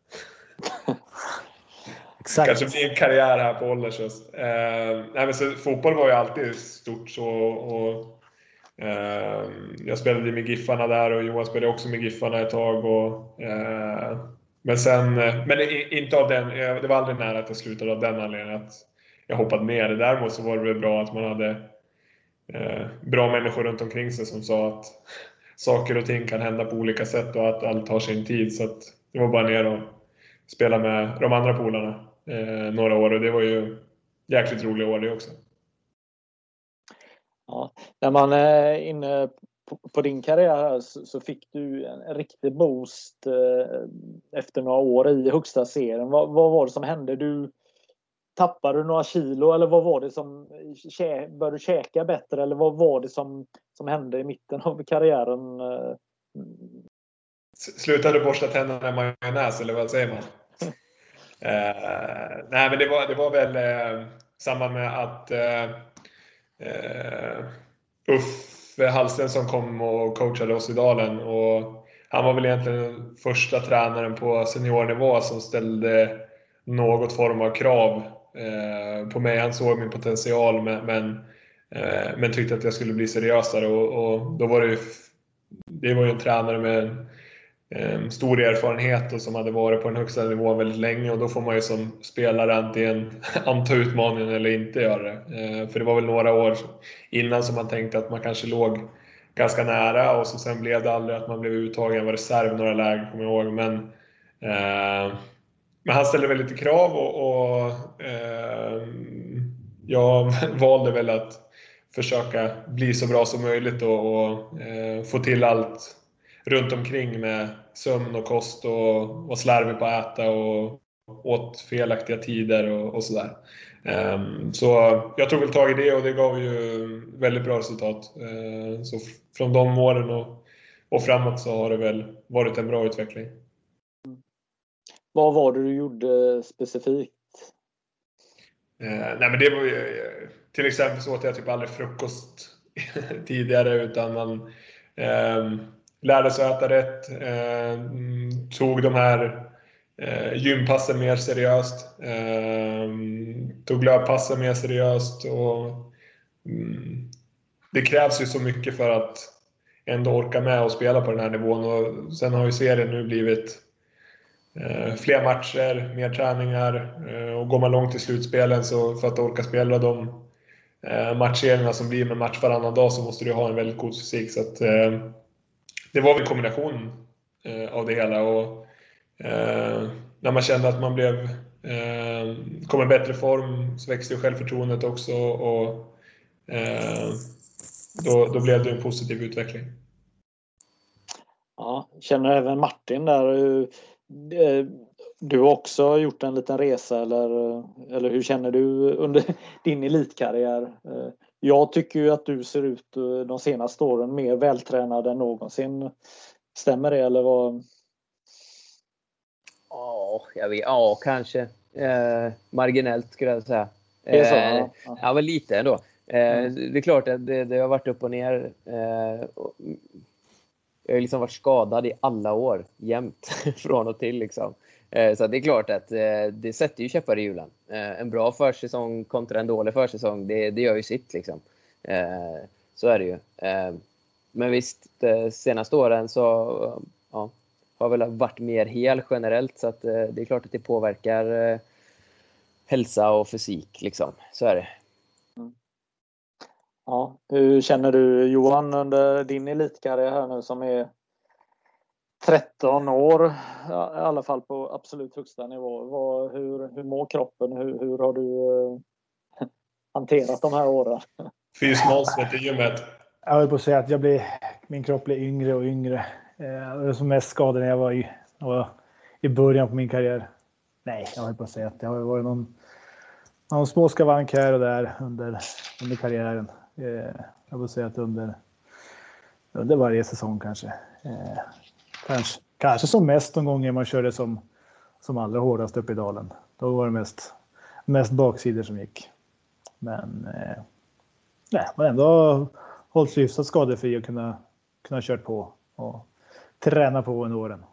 Exakt. Kanske blir en karriär här på Åldersås. Eh, nej, men så fotboll var ju alltid stort så, och eh, jag spelade med Giffarna där och Johan spelade också med Giffarna ett tag och eh, men sen, men inte av den, det var aldrig nära att jag slutade av den anledningen att jag hoppade ner. Däremot så var det väl bra att man hade eh, bra människor runt omkring sig som sa att saker och ting kan hända på olika sätt och att allt har sin tid. Så att det var bara ner och spela med de andra polarna eh, några år och det var ju jäkligt roliga år det också. Ja, när man är inne på, på din karriär så, så fick du en, en riktig boost eh, efter några år i högsta serien. Vad, vad var det som hände? Du tappade du några kilo eller vad var det som kä, började du käka bättre eller vad var det som, som hände i mitten av karriären? Slutade borsta tänderna med majonnäs eller vad säger man? eh, nej men det var, det var väl eh, samband med att eh, uh, Uffe Hallsten som kom och coachade oss i Dalen och han var väl egentligen den första tränaren på seniornivå som ställde något form av krav eh, på mig. Han såg min potential men, men, eh, men tyckte att jag skulle bli seriösare och, och då var det ju, det var ju en tränare med eh, stor erfarenhet och som hade varit på den högsta nivån väldigt länge, och då får man ju som spelare antingen anta utmaningen eller inte göra det. Eh, för det var väl några år innan som man tänkte att man kanske låg ganska nära, och så sen blev det aldrig att man blev uttagen, var reserv några lägen kommer jag ihåg, men eh, men han ställde väl lite krav, och, och eh, jag valde väl att försöka bli så bra som möjligt och, och eh, få till allt runt omkring med sömn och kost och vara slarvig på att äta och åt felaktiga tider och, och sådär. Um, så jag tog väl tag i det, och det gav ju väldigt bra resultat. Uh, så från de åren och, och framåt så har det väl varit en bra utveckling. Vad var det du gjorde specifikt? Uh, nej men det var ju, till exempel så åt jag typ aldrig frukost tidigare, utan man um, lärde sig att äta rätt, uh, tog de här uh, gympassen mer seriöst, uh, tog löppassen mer seriöst, och um, det krävs ju så mycket för att ändå orka med och spela på den här nivån, och sen har ju serien nu blivit uh, fler matcher, mer träningar, uh, och går man långt i slutspelen så för att orka spela de uh, matchserierna som blir med match varannan dag, så måste du ha en väldigt god fysik, så att uh, det var en kombination uh, av det hela, och uh, när man kände att man blev uh, kom i bättre form, så växte ju självförtroendet också, och uh, då, då blev det en positiv utveckling. Ja, känner även Martin där, du har också gjort en liten resa, eller, eller hur känner du under din elitkarriär? Jag tycker ju att du ser ut de senaste åren mer vältränad än någonsin. Stämmer det, eller vad? Ja, jag vet, ja kanske. Eh, marginellt skulle jag säga. Det är så, eh, ja. Ja. ja, men lite ändå. Eh, mm. Det är klart att det, det har varit upp och ner. Eh, och jag har liksom varit skadad i alla år, jämt, från och till liksom. Eh, så det är klart att eh, det sätter ju käppar i hjulen. Eh, en bra försäsong kontra en dålig försäsong, det, det gör ju sitt liksom. Eh, så är det ju. Eh, men visst, de senaste åren så ja, har väl varit mer hel generellt, så att eh, det är klart att det påverkar eh, hälsa och fysik liksom. Så är det. Ja, hur känner du, Johan, under din elitkarriär här nu som är tretton år, i alla fall på absolut högsta nivå? Vad, hur, hur mår kroppen? Hur, hur har du eh, hanterat de här åren? Fysmålsvet i gymmet. Jag vill på att säga att jag blir, min kropp blir yngre och yngre. Jag var som mest skadad när jag var i, jag var i början på min karriär. Nej, jag vill på att säga att det har varit någon, någon små skavank här och där under, under karriären. Jag vill säga att under, under varje säsong kanske. Kanske, kanske som mest de gånger man körde som, som allra hårdast upp i dalen. Då var det mest, mest baksidor som gick. Men eh, nej, man ändå hållit sig hyfsat skadefri och kunna, kunna kört på och träna på under åren.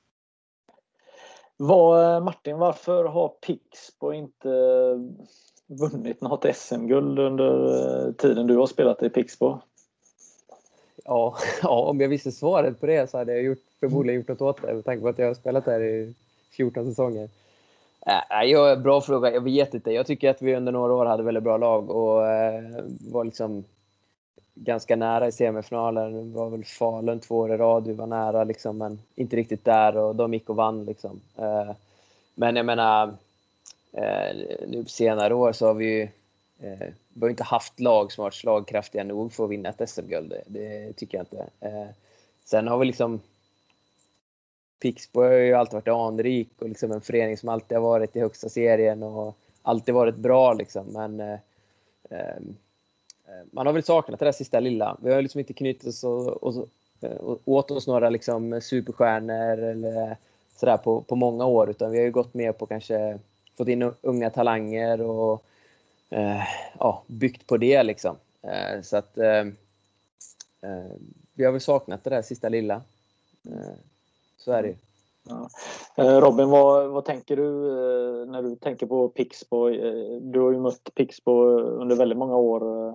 Vad, Martin, varför har Pixbo inte vunnit något S M-guld under tiden du har spelat i Pixbo? Ja, ja, om jag visste svaret på det så hade jag gjort, förmodligen gjort något åt det, med tanke på att jag har spelat där i fjorton säsonger. Äh, jag, bra fråga, jag vet inte. Jag tycker att vi under några år hade väldigt bra lag och äh, var liksom ganska nära i semifinalen. Det var väl Falun två år i rad, vi var nära liksom, men inte riktigt där, och de gick och vann liksom. Äh, men jag menar, äh, nu på senare år så har vi ju Eh, vi har inte haft lag som har varit slagkraftiga nog för att vinna ett S M-guld. Det, det tycker jag inte. Eh, sen har vi liksom Pixbo har ju alltid varit anrik och liksom en förening som alltid har varit i högsta serien och alltid varit bra liksom. Men eh, eh, man har väl saknat det där sista lilla. Vi har liksom inte knutit oss och, och, och åt oss några liksom superstjärnor eller sådär på, på många år, utan vi har ju gått med på kanske fått in unga talanger och Uh, ja, byggt på det liksom. Uh, så att uh, uh, vi har väl saknat det där sista lilla. Uh, så är det ju. Ja. Uh, Robin, vad, vad tänker du uh, när du tänker på Pixbo? Uh, du har ju mött Pixbo under väldigt många år. Uh.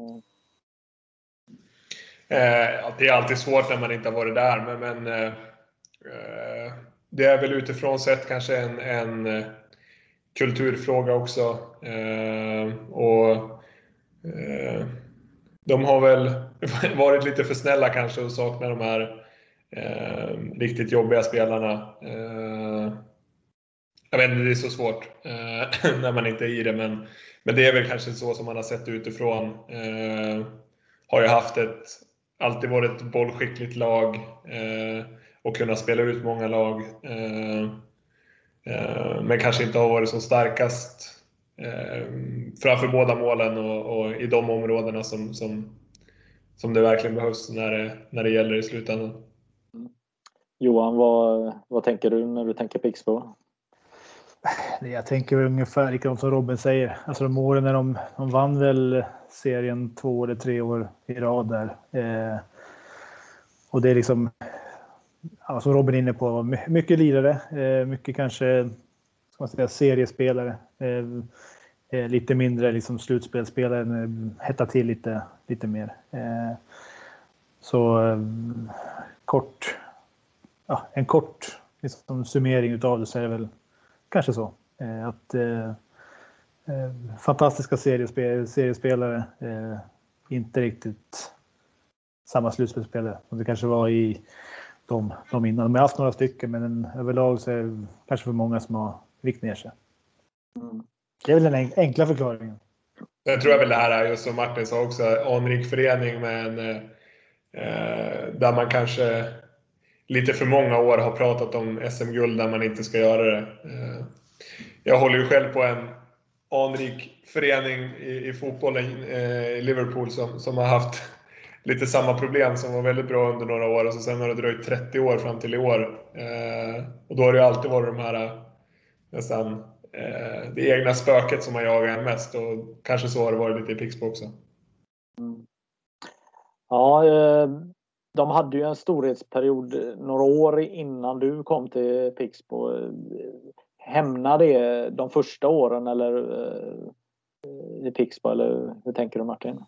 Uh, det är alltid svårt när man inte har varit där, men, men uh, Eh, det är väl utifrån sett kanske en, en kulturfråga också. Eh, och eh, de har väl varit lite för snälla kanske och saknar de här eh, riktigt jobbiga spelarna. Eh, jag vet inte, det är så svårt eh, när man inte är i det, men, men det är väl kanske så som man har sett utifrån. Eh, har ju haft ett, alltid varit ett bollskickligt lag eh, och kunnat spela ut många lag. Eh, eh, men kanske inte har varit så starkast eh, framför båda målen och, och i de områdena som, som, som det verkligen behövs när det, när det gäller i slutändan. Johan, vad, vad tänker du när du tänker Pixbo? Jag tänker väl ungefär likadant som Robin säger. Alltså de åren när de, de vann väl serien två eller tre år i rad där. Eh, och det är liksom, ja, som Robin är inne på, mycket lirare. Eh, mycket kanske, ska man säga, seriespelare. Eh, eh, lite mindre liksom slutspelspelare. Eh, hetta till lite, lite mer. Eh, så eh, kort, ja, en kort liksom, summering utav det så är det väl kanske så. Eh, att eh, eh, fantastiska seriespel, seriespelare, eh, inte riktigt samma slutspelspelare som det kanske var i de, de innan. De har haft några stycken, men en, överlag så är det kanske för många som har vikt ner sig. Mm. Det är väl den enkla förklaringen. Jag tror jag väl det här är just som Martin sa också, anrik förening med en, eh, där man kanske lite för många år har pratat om S M-guld där man inte ska göra det. Jag håller ju själv på en anrik förening i, i fotbollen i Liverpool som, som har haft lite samma problem, som var väldigt bra under några år och så sen har det dröjt trettio år fram till i år. Och då har det ju alltid varit de här nästan det egna spöket som man jagar mest, och kanske så har det varit lite i Pixbo också. Mm. Ja, de hade ju en storhetsperiod några år innan du kom till Pixbo. Hämnar det de första åren eller i Pixbo, eller hur tänker du, Martin?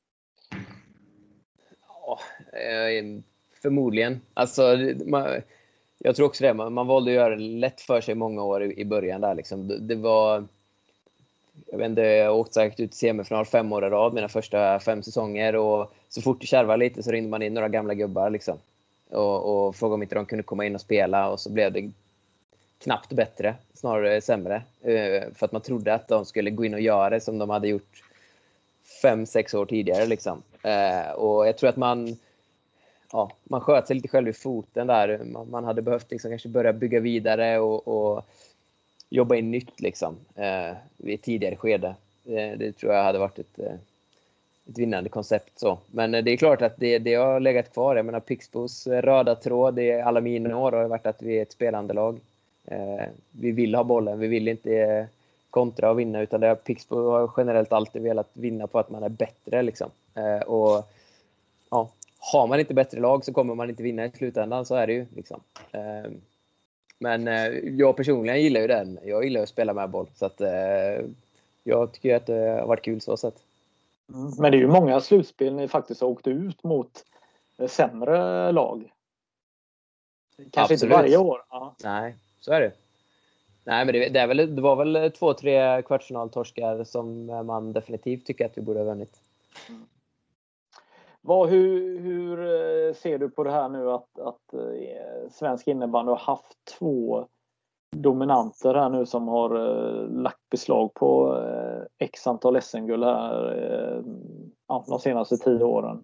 Ja, förmodligen. Alltså, man, jag tror också det. Man, man valde att göra det lätt för sig många år i, i början där liksom. Det, det var, jag vet inte, jag åkte säkert ut i semifinal fem år i rad, mina första fem säsonger, och så fort det kärvade lite så ringde man in några gamla gubbar liksom. Och, och frågade om inte de kunde komma in och spela, och så blev det knappt bättre, snarare sämre. För att man trodde att de skulle gå in och göra det som de hade gjort fem, sex år tidigare liksom. Och jag tror att man ja, man sköt sig lite själv i foten där. Man, man hade behövt liksom kanske börja bygga vidare och, och jobba in nytt liksom, eh, i ett tidigare skede. Eh, det tror jag hade varit ett, eh, ett vinnande koncept så. Men eh, det är klart att det, det har legat kvar. Jag menar, Pixbos röda tråd, det är alla mina år har varit att vi är ett spelande lag. Eh, vi vill ha bollen, vi vill inte eh, kontra och vinna, utan det är, Pixbo har generellt alltid velat vinna på att man är bättre liksom. Eh, och ja, har man inte bättre lag så kommer man inte vinna i slutändan, så är det ju liksom. Eh, men eh, jag personligen gillar ju den. Jag gillar att spela med boll, så att eh, jag tycker att det har varit kul så sett. Mm, men det är ju många slutspel ni faktiskt har åkt ut mot sämre lag. Kanske Absolut. Inte varje år. Ja. Nej, så är det. Nej, men det, det, är väl, det var väl två, tre kvartsfinaltorskar som man definitivt tycker att vi borde ha vunnit. Mm. Vad, hur, hur ser du på det här nu att, att eh, svensk innebandy har haft två dominanter här nu som har eh, lagt beslag på eh, x antal S M-guld här eh, ja, de senaste tio åren?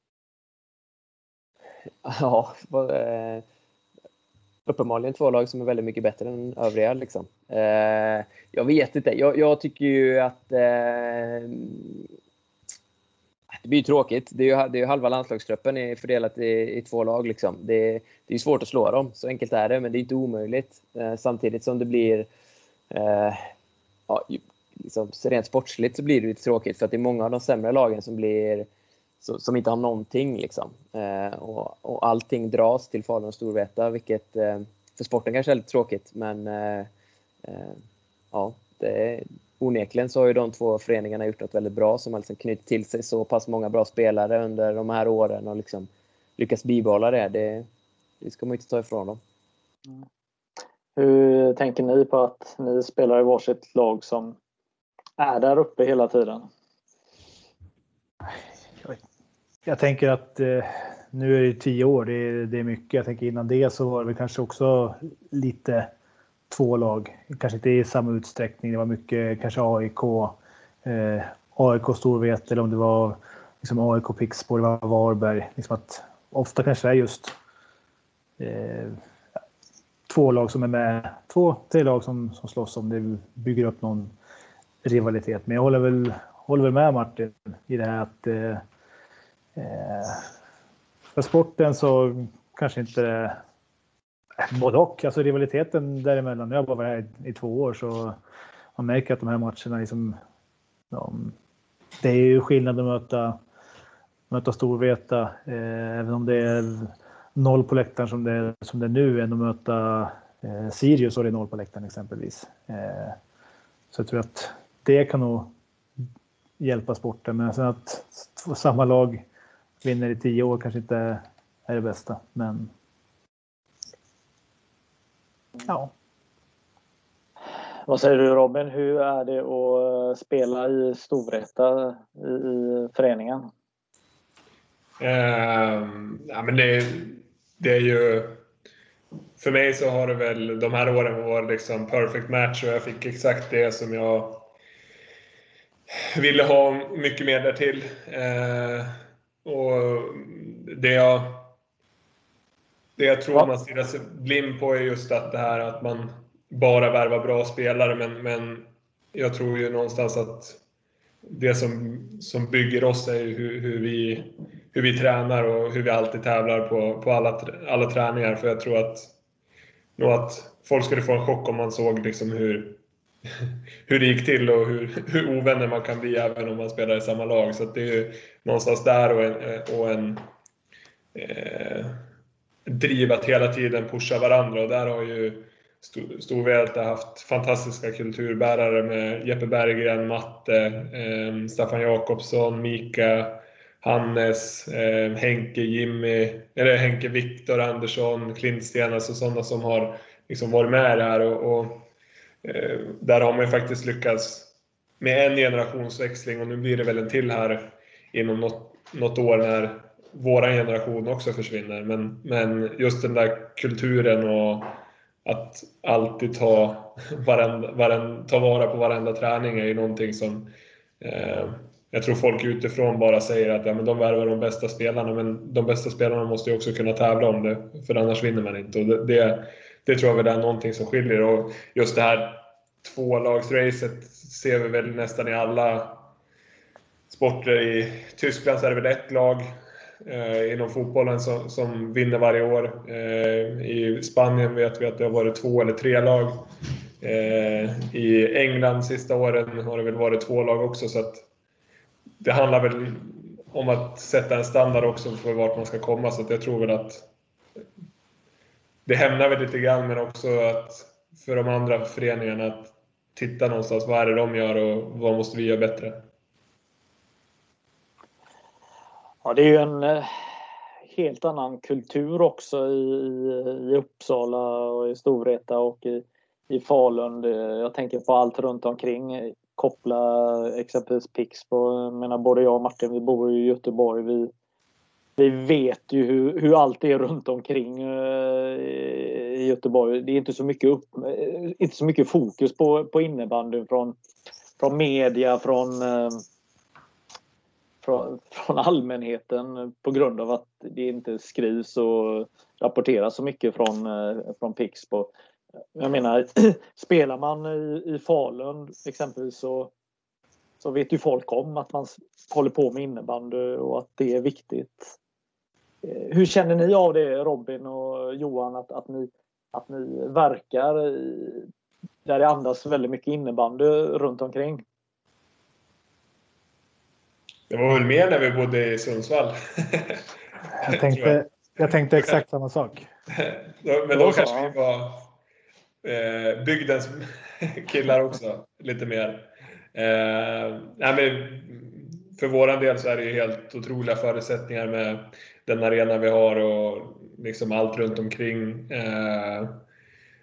Ja, eh, uppenbarligen två lag som är väldigt mycket bättre än övriga liksom. Eh, jag vet inte. Jag, jag tycker ju att eh, det blir tråkigt. Det är ju, det är ju halva landslagstruppen är fördelat i, i två lag liksom. Det, det är svårt att slå dem. Så enkelt är det, men det är inte omöjligt. Eh, samtidigt som det blir eh, ja, liksom, rent sportsligt så blir det lite tråkigt, för att det är många av de sämre lagen som blir så, som inte har någonting liksom. Eh, och, och allting dras till Falun och Storvreta, vilket eh, för sporten kanske är lite tråkigt, men eh, eh, ja, det är onekligen så har ju de två föreningarna gjort något väldigt bra, som alltså knutit till sig så pass många bra spelare under de här åren och liksom lyckas bibehålla det. Det, det ska man inte ta ifrån dem. Mm. Hur tänker ni på att ni spelar i varsitt lag som är där uppe hela tiden? Jag, jag tänker att eh, nu är det tio år, det är, det är mycket. Jag tänker innan det så var det kanske också lite två lag. Kanske inte i samma utsträckning. Det var mycket kanske A I K, eh, A I K Storvreta, eller om det var liksom A I K Pixbo, det var Varberg. Liksom att ofta kanske det är just eh, två lag som är med, två, tre lag som, som slåss om det, bygger upp någon rivalitet. Men jag håller väl, håller väl med Martin i det här att eh, för sporten så kanske inte både och, alltså rivaliteten däremellan. Jag har bara varit här i, i två år, så man märker att de här matcherna liksom, de, det är ju skillnad att möta, möta Storvreta, eh, även om det är noll på läktaren som det, som det är nu, än att möta eh, Sirius och det är noll på läktaren exempelvis. Eh, så jag tror att det kan nog hjälpa sporten, men sen att samma lag vinner i tio år kanske inte är det bästa, men ja. Vad säger du Robin, hur är det att spela i Storvreta i, i föreningen? Uh, ja, men det, det är ju, för mig så har det väl de här åren varit liksom perfect match, och jag fick exakt det som jag ville ha, mycket mer där till. Uh, och det jag det jag tror man stirrar sig blind på är just att det här att man bara värvar bra spelare, men, men jag tror ju någonstans att det som, som bygger oss är hur, hur, vi, hur vi tränar och hur vi alltid tävlar på, på alla, alla träningar. För jag tror att, nog att folk skulle få en chock om man såg liksom hur, hur det gick till och hur, hur ovänner man kan bli även om man spelar i samma lag. Så att det är ju någonstans där och en, och en eh, driv att hela tiden pusha varandra. Och där har ju Storvreta haft fantastiska kulturbärare med Jeppe Berggren, Matte, eh, Staffan Jakobsson, Mika, Hannes, eh, Henke, Jimmy, eller Henke, Viktor, Andersson, Klintsten, alltså sådana som har liksom varit med här. Och, och eh, där har man ju faktiskt lyckats med en generationsväxling, och nu blir det väl en till här inom något, något år när våran generation också försvinner. Men, men just den där kulturen och att alltid ta, varenda, varenda, ta vara på varenda träning är ju någonting som eh, jag tror folk utifrån bara säger att ja, men de värvar de bästa spelarna, men de bästa spelarna måste ju också kunna tävla om det, för annars vinner man inte. Och det, det, det tror jag väl är någonting som skiljer. Och just det här tvålagsracet ser vi väl nästan i alla sporter. I Tyskland så är det väl ett lag Eh, inom fotbollen som, som vinner varje år. Eh, I Spanien vet vi att det har varit två eller tre lag. Eh, I England sista åren har det väl varit två lag också. Så att det handlar väl om att sätta en standard också för vart man ska komma. Så att jag tror väl att det hämnar väl lite grann, men också att för de andra föreningarna att titta någonstans, vad är det de gör och vad måste vi göra bättre? Ja, det är ju en eh, helt annan kultur också i, i Uppsala och i Storvreta och i, i Falun. Jag tänker på allt runt omkring. Koppla exempelvis Pixbo. Jag menar, både jag och Martin, vi bor i Göteborg. Vi, vi vet ju hur, hur allt är runt omkring eh, i Göteborg. Det är inte så mycket, upp, inte så mycket fokus på, på innebandyn från, från media, från... Eh, Från, från allmänheten, på grund av att det inte skrivs och rapporteras så mycket från, från Pixbo. Jag menar, spelar man i, i Falun exempelvis, så, så vet ju folk om att man håller på med innebandy och att det är viktigt. Hur känner ni av det, Robin och Johan, att, att, ni, att ni verkar i, där det andas väldigt mycket innebandy runt omkring? Det var väl mer när vi bodde i Sundsvall. Jag tänkte, jag. jag tänkte exakt samma sak. Men då kanske vi var eh, bygdens killar också. Lite mer. Eh, nej, men för våran del så är det ju helt otroliga förutsättningar med den arena vi har och liksom allt runt omkring. Eh,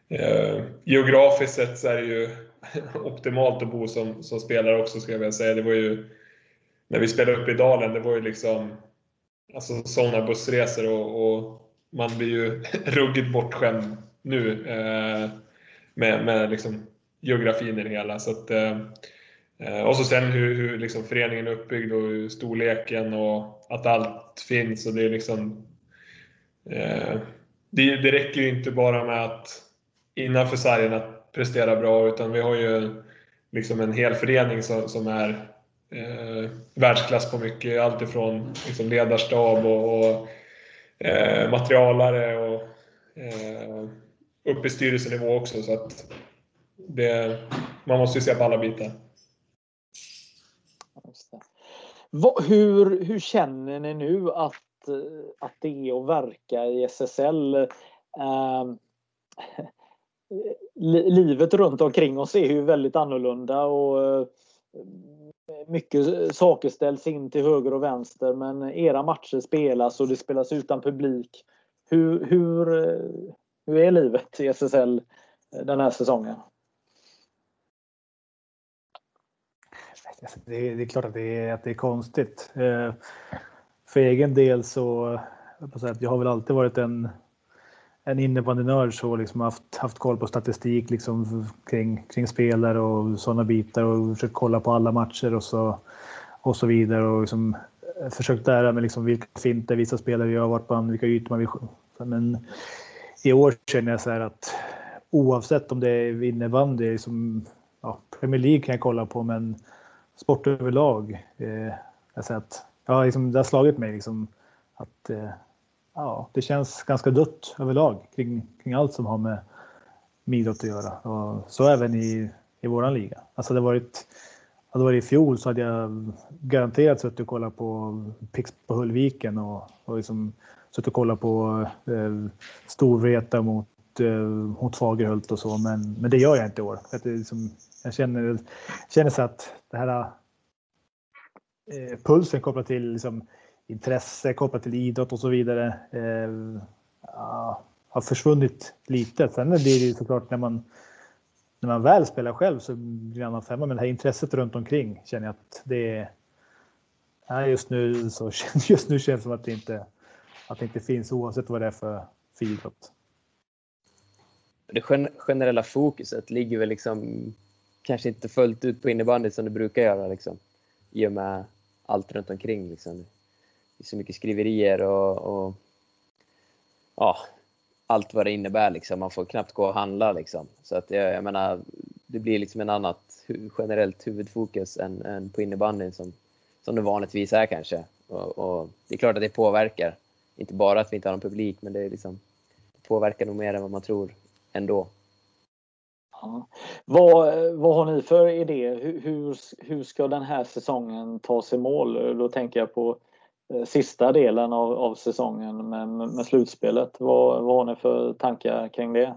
eh, geografiskt sett så är det ju optimalt att bo som, som spelare också, ska jag vilja säga. Det var ju, när vi spelade upp i Dalen, det var ju liksom alltså sådana bussresor och, och man blir ju ruggigt bortskämd nu eh, med, med liksom geografin i det hela. Så att, eh, och så sen hur, hur liksom föreningen är uppbyggd och hur storleken och att allt finns. Och det är liksom eh, det, det räcker ju inte bara med att innanför sargen att prestera bra, utan vi har ju liksom en hel förening som, som är eh, världsklass på mycket, allt ifrån liksom ledarstab och, och eh, materialare och eh, upp i styrelsenivå också, så att det, man måste ju se på alla bitar. Vad, hur, hur känner ni nu att, att det är att verka i S S L? Eh, livet runt omkring oss är ju väldigt annorlunda och eh, mycket saker ställs in till höger och vänster, men era matcher spelas och det spelas utan publik. Hur, hur, hur är livet i S S L den här säsongen? Det är, det är klart att det är, att det är konstigt. För egen del så jag har väl alltid varit en, en innebandynörd, så liksom haft, haft koll på statistik liksom kring, kring spelare och sådana bitar och försökt kolla på alla matcher och så, och så vidare och liksom försökt lära mig liksom vilka finter vissa spelare gör, vart man, vilka ytor man vill. Men i år känner jag så här att oavsett om det är innebandy, liksom, ja, Premier League kan jag kolla på, men sport överlag, eh, jag säger att ja, liksom, det har slagit mig liksom, att eh, ja, det känns ganska dött överlag kring, kring allt som har med idrott att göra. Och så även i, i våran liga. Alltså det varit, hade det varit i fjol så hade jag garanterat suttit och kollat på Pix på Hullviken och, och liksom suttit och kollat på eh, Storvreta mot, eh, mot Fagerhult och så. Men, men det gör jag inte i år. Att det liksom, jag känner, känner så att det här eh, pulsen kopplat till liksom, intresse, kopplat till idrott och så vidare eh, ja, har försvunnit lite. Sen blir det ju såklart när man, när man väl spelar själv så blir det en annan femma. Men det här intresset runt omkring känner jag att det är ja, just nu så just nu känns det som att det inte, att det inte finns oavsett vad det är för, för idrott. Det generella fokuset ligger väl liksom kanske inte fullt ut på innebandy som det brukar göra liksom, i och med allt runt omkring liksom. Det är så mycket skriverier och, och ja, allt vad det innebär liksom. Man får knappt gå och handla liksom. Så att jag, jag menar, det blir liksom en annat generellt huvudfokus än, än på innebandyn som, som det vanligtvis är kanske. Och, och det är klart att det påverkar. Inte bara att vi inte har någon publik, men det, är liksom, det påverkar nog mer än vad man tror ändå. Ja. Vad, vad har ni för idé? Hur, hur, hur ska den här säsongen tas i mål? Då tänker jag på eh, sista delen av, av säsongen med, med, med slutspelet. Vad, vad har ni för tankar kring det?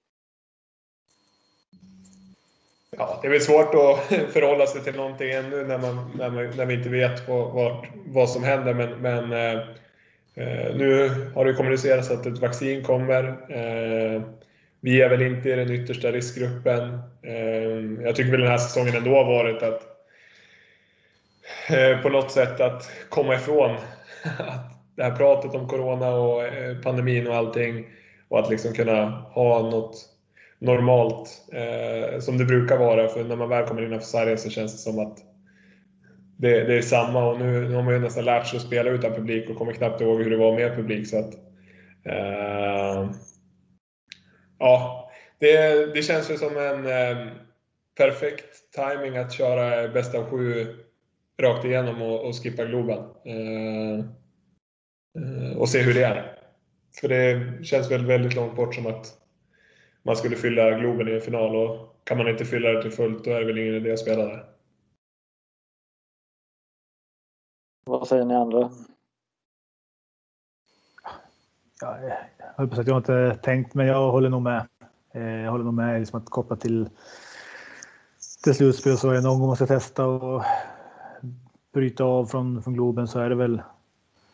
Ja, det är väl svårt att förhålla sig till någonting ännu när, man, när, man, när vi inte vet vad, vad, vad som händer. Men, men eh, nu har det kommunicerats att ett vaccin kommer. Eh, Vi är väl inte i den yttersta riskgruppen. Jag tycker väl den här säsongen ändå har varit att på något sätt att komma ifrån att det här pratet om corona och pandemin och allting, och att liksom kunna ha något normalt som det brukar vara. För när man väl kommer innanför sargen så känns det som att det, det är samma, och nu, nu har man ju nästan lärt sig att spela utan publik och kommer knappt ihåg hur det var med publik. Så att eh, ja, det, det känns ju som en eh, perfekt timing att köra bästa av sju rakt igenom och, och skippa Globen. Eh, eh, och se hur det är. För det känns väl väldigt långt bort som att man skulle fylla Globen i en final, och kan man inte fylla det till fullt, då är det väl ingen idé att spela där. Vad säger ni andra? Ja, jag höll på att jag har inte tänkt, men jag håller nog med. Jag håller nog med liksom att koppla till, till slutspel, så är det någon gång man ska testa och bryta av från, från Globen, så är det väl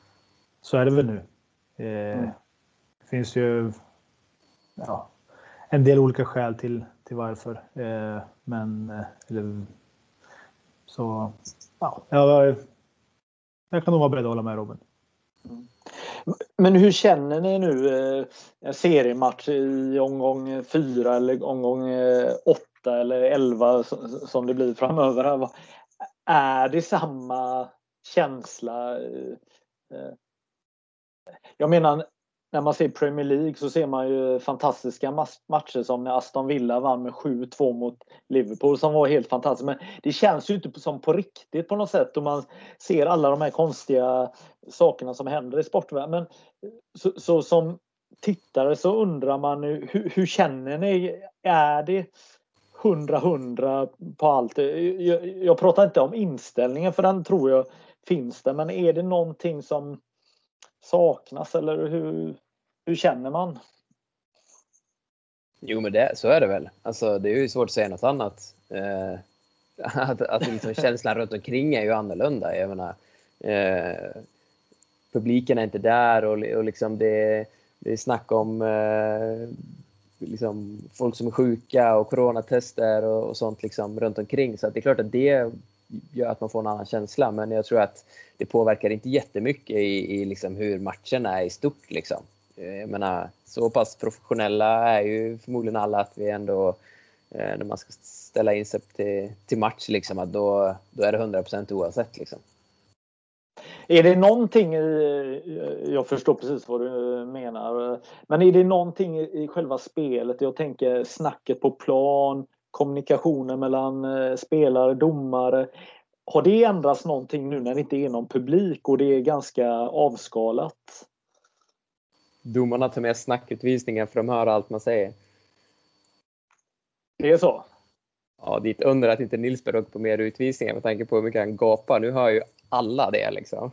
så är det väl nu. Eh, mm. Det finns ju ja, en del olika skäl till, till varför. Eh, men eh, eller, så ja, jag, jag kan nog vara beredd att hålla med Robin. Mm. Men hur känner ni nu eh, seriematch i omgång fyra eller omgång eh, åtta eller elva som, som det blir framöver här? Är det samma känsla? Eh, jag menar, när man ser Premier League så ser man ju fantastiska matcher som när Aston Villa vann med sju två mot Liverpool som var helt fantastiskt. Men det känns ju inte som på riktigt på något sätt. Och man ser alla de här konstiga sakerna som händer i sportvärlden. Men så, så som tittare så undrar man nu, hur, hur känner ni? Är det hundra hundra på allt? Jag, jag pratar inte om inställningen för den tror jag finns där. Men är det någonting som saknas eller hur, hur känner man? Jo, men det, så är det väl. Alltså, det är ju svårt att säga något annat. Eh, att att liksom, känslan runt omkring är ju annorlunda. Jag menar, eh, publiken är inte där och, och liksom det, det är snack om eh, liksom, folk som är sjuka och coronatester och, och sånt liksom, runt omkring. Så att det är klart att det gör att man får en annan känsla, men jag tror att det påverkar inte jättemycket i, i liksom hur matchen är i stort liksom. Jag menar, så pass professionella är ju förmodligen alla att vi ändå eh, när man ska ställa in sig till, till match liksom, att då, då är det hundra procent oavsett liksom. Är det någonting i, jag förstår precis vad du menar, men är det någonting i själva spelet? Jag tänker snacket på plan, kommunikationen mellan spelare, domare. Har det ändrats någonting nu när det inte är någon publik och det är ganska avskalat? Domarna tar med snackutvisningar för de hör allt man säger. Det är så? Ja, det är ett under att inte Nilsberg åker på mer utvisningar med tanke på hur mycket han gapar. Nu hör ju alla det liksom.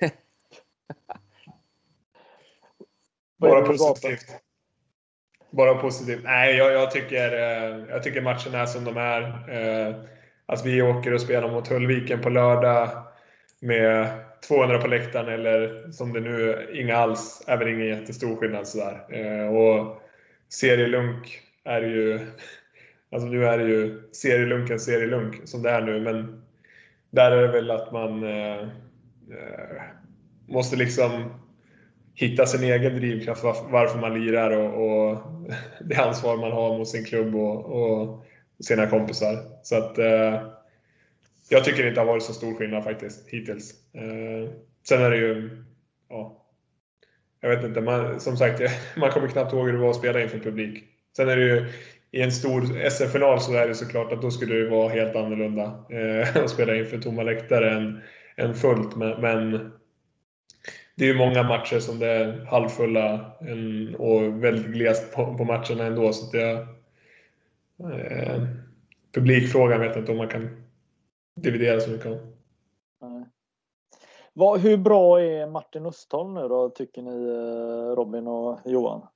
Bara positivt. Bara positivt. Nej, jag, jag, tycker, jag tycker matchen är som de är. Att vi åker och spelar mot Höllviken på lördag med tvåhundra på läktaren eller som det nu inga alls, är väl ingen jättestor skillnad sådär. Och serielunk är ju, alltså nu är det ju serielunken serielunk som det är nu, men där är det väl att man eh, måste liksom hitta sin egen drivkraft varför, varför man lirar och, och det ansvar man har mot sin klubb och, och sina kompisar. Så att eh, jag tycker det inte har varit så stor skillnad faktiskt hittills. Eh, sen är det ju, ja, jag vet inte, man, som sagt, man kommer knappt ihåg hur det var att spela inför publik. Sen är det ju, i en stor S M-final så är det såklart att då skulle det vara helt annorlunda eh, att spela inför tomma läktare än, än fullt. Men, men det är ju många matcher som det är halvfulla en, och väldigt glest på, på matcherna ändå. Så det, eh, publikfrågan vet jag inte om man kan dividera så mycket om. Vad, hur bra är Martin Östholm nu då, tycker ni, Robin och Johan?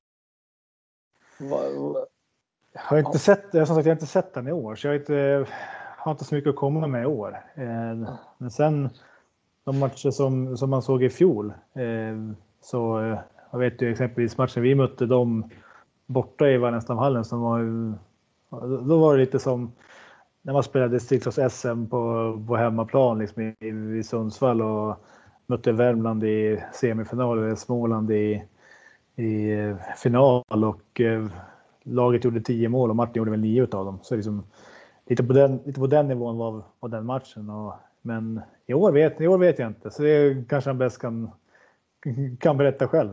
Va, va? Jag har inte sett, jag, som sagt, jag har inte sett den i år, så jag har inte, har inte så mycket att komma med i år. Eh, men sen de matcher som, som man såg i fjol, eh, så eh, jag vet ju exempelvis matchen vi mötte dem borta i Wallenstamhallen, som var, då var det lite som när man spelade Stridsås S M på, på hemmaplan liksom i, i Sundsvall och mötte Värmland i semifinal eller Småland i, i final och eh, laget gjorde tio mål och Martin gjorde väl nio utav dem. Så liksom, lite, på den, lite på den nivån var, var den matchen. Och, men i år, vet, i år vet jag inte. Så det kanske han bäst kan, kan berätta själv.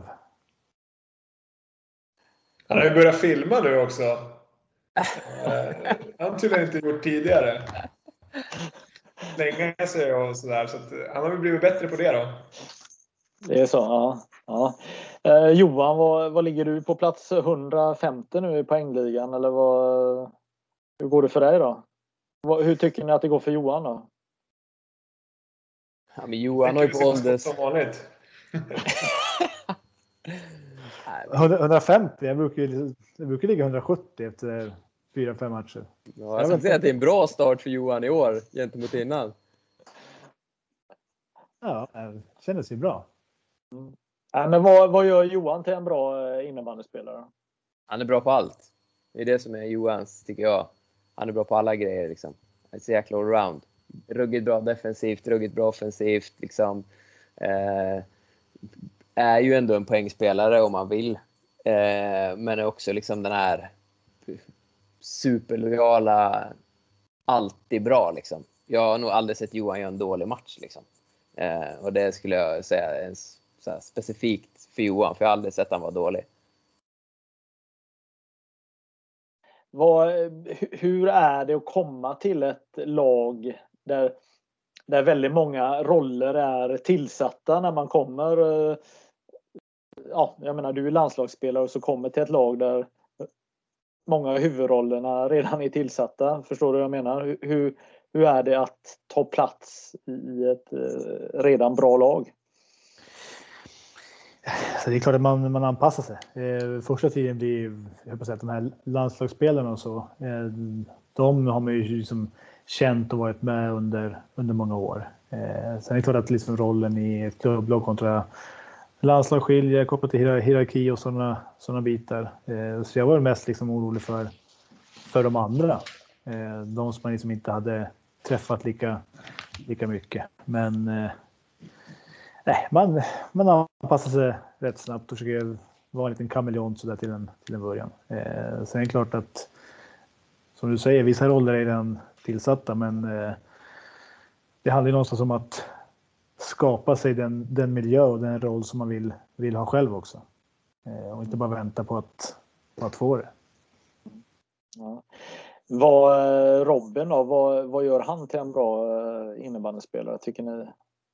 Han har ju börjat filma nu också. Han har tydligen inte gjort tidigare. Länge sig och sådär. Så att han har väl blivit bättre på det då. Det är så, ja. ja. Eh, Johan, vad, vad ligger du på plats hundrafemtio nu i poängligan? Eller vad, hur går det för dig då? Vad, hur tycker ni att det går för Johan då? Ja, men Johan har ju på ålders... Som vanligt. hundrafemtio, jag brukar, jag brukar ligga hundrasjuttio efter fyra fem matcher. Ja, jag ska säga att det är en bra start för Johan i år gentemot innan. Ja, det kändes ju bra. Mm. Ja, men vad, vad gör Johan till en bra innebandyspelare? Han är bra på allt. Det är det som är Johans, tycker jag. Han är bra på alla grejer liksom. Han är så jäkla allround. Ruggigt bra defensivt, ruggigt bra offensivt liksom. Eh, är ju ändå en poängspelare om man vill. Eh, men är också liksom den här superlojala, alltid bra liksom. Jag har nog aldrig sett Johan göra en dålig match liksom. Eh, och det skulle jag säga är så här specifikt för Johan, för jag har aldrig sett han vara dålig. Vad, hur är det att komma till ett lag där, där väldigt många roller är tillsatta när man kommer? Ja, jag menar, du är landslagsspelare och så kommer till ett lag där många av huvudrollerna redan är tillsatta. Förstår du vad jag menar? Hur, hur är det att ta plats i ett redan bra lag? Så det är klart att man, man anpassar sig. Eh, första tiden blir, jag hoppas att de här landslagsspelarna och så, eh, de har man ju liksom känt och varit med under, under många år. Eh, sen är det klart att liksom rollen i ett klubblag kontra landslag skiljer kopplat till hierarki och sådana såna bitar. Eh, så jag var mest liksom orolig för, för de andra. Eh, de som man liksom inte hade träffat lika, lika mycket. Men eh, nej, man, man anpassar sig rätt snabbt och försöker vara en liten kameleont så där till en, till en början. Eh, sen är det klart att, som du säger, vissa roller är redan tillsatta, men eh, det handlar ju någonstans om att skapa sig den, den miljö och den roll som man vill, vill ha själv också. Eh, och inte bara vänta på att, på att få det. Ja. Vad, Robin då, vad, vad gör han till en bra innebandyspelare, tycker ni?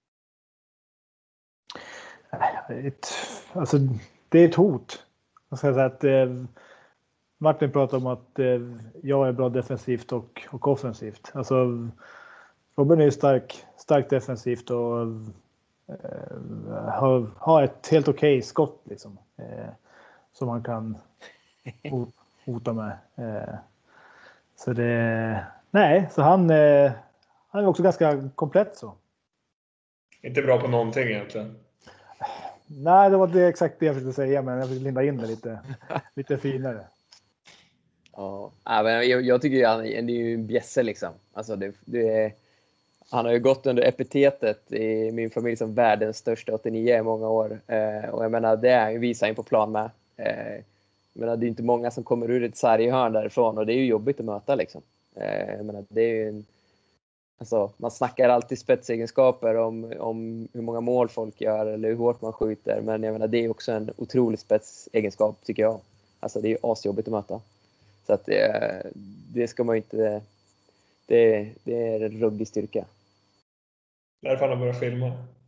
Ett, alltså, det är ett hot. Jag ska säga att eh, Martin pratar om att eh, jag är bra defensivt och, och offensivt. Alltså, Robin är stark, stark defensivt och eh, har, har ett helt okej skott liksom, eh, som man kan hota med. Eh, så det, nej, så han, eh, han är också ganska komplett så. Inte bra på någonting egentligen. Nej, det var det exakt det jag försökte säga, men jag försökte linda in det lite, lite finare. Ja, men jag, jag tycker ju han det är ju en bjässe liksom. Alltså det, det är, han har ju gått under epitetet i min familj som världens största åttionio i många år. Eh, och jag menar, det visar han på plan med. Eh, jag menar, det är inte många som kommer ur ett sarghörn därifrån, och det är ju jobbigt att möta liksom. Eh, jag menar, det är ju en, alltså, man snackar alltid spetsegenskaper om, om hur många mål folk gör eller hur hårt man skjuter. Men jag menar, det är också en otrolig spetsegenskap tycker jag. Alltså det är ju asjobbigt att möta. Så att det, det ska man ju inte... Det, det är en ruggig styrka. Därför han börjar filma.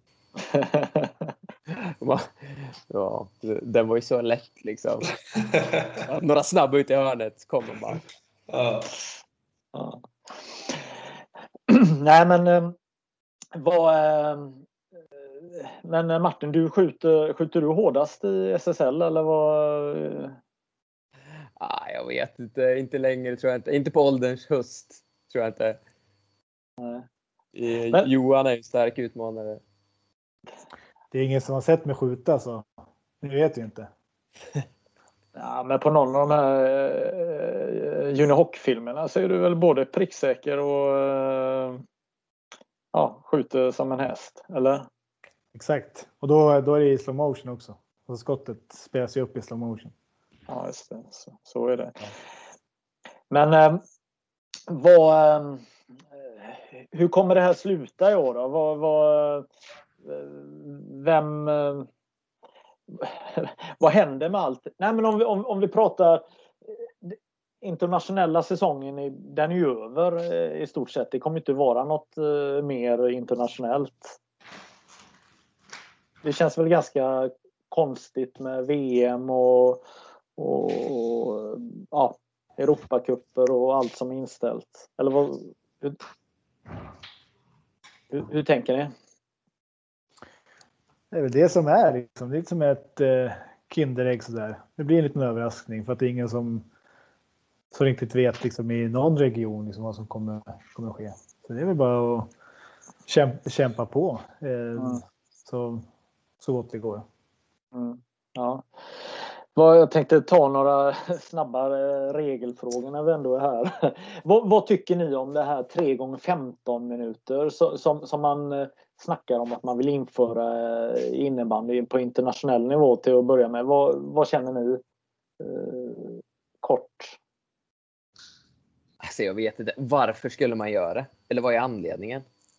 Ja, den var ju så lätt liksom. Några snabba ut i hörnet kommer bara. Ja. Ja. Nej, men eh, vad eh, men Martin, du skjuter skjuter du hårdast i S S L eller vad? Ah, jag vet inte, inte längre tror jag inte. Inte på ålderns höst tror jag inte. Nej. Men Johan är en stark utmanare. Det är ingen som har sett mig skjuta, så ni vet ju inte. Ja, men på någon av de här eh, juniorhockeyfilmerna så är du väl både pricksäker och eh, ja, skjuter som en häst, eller? Exakt. Och då, då är det i slow motion också. Och skottet spelas ju upp i slow motion. Ja, just det. Så, så är det. Men eh, vad, eh, hur kommer det här sluta i år då? Vad, vad, vem... Eh, vad händer med allt? Nej, men om vi, om, om vi pratar internationella säsongen, den är ju över i stort sett. Det kommer inte vara något uh, mer internationellt. Det känns väl ganska konstigt med V M och, och, och ja, Europacuper och allt som är inställt. Eller vad, hur, hur, hur tänker ni? Det är väl det som är liksom. Det är lite som ett eh, kinderägg sådär. Det blir en liten överraskning för att det är ingen som så riktigt vet liksom, i någon region liksom, vad som kommer, kommer att ske. Så det är väl bara att kämpa, kämpa på eh, mm. så, så gott det går. Mm. Ja. Jag tänkte ta några snabba regelfrågor när vi ändå är här. vad, vad tycker ni om det här tre gånger femton minuter som, som man snackar om att man vill införa innebandy på internationell nivå till att börja med? Vad, vad känner ni? Eh, kort. Alltså jag vet inte. Varför skulle man göra det? Eller vad är anledningen?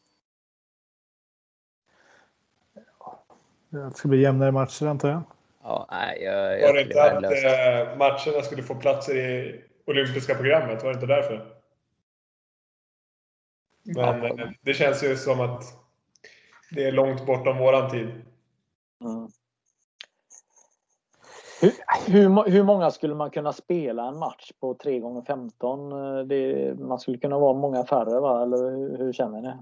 Det ska bli jämnare matcher, antar jag. Ja, nej, jag, jag var det inte att äh, matcherna skulle få platser i olympiska programmet? Var det inte därför? Men ja. Det känns ju som att det är långt bortom våran tid. Mm. Hur, hur, hur många skulle man kunna spela en match på tre gånger femton? Det, man skulle kunna vara många färre, va? Eller hur, hur känner ni?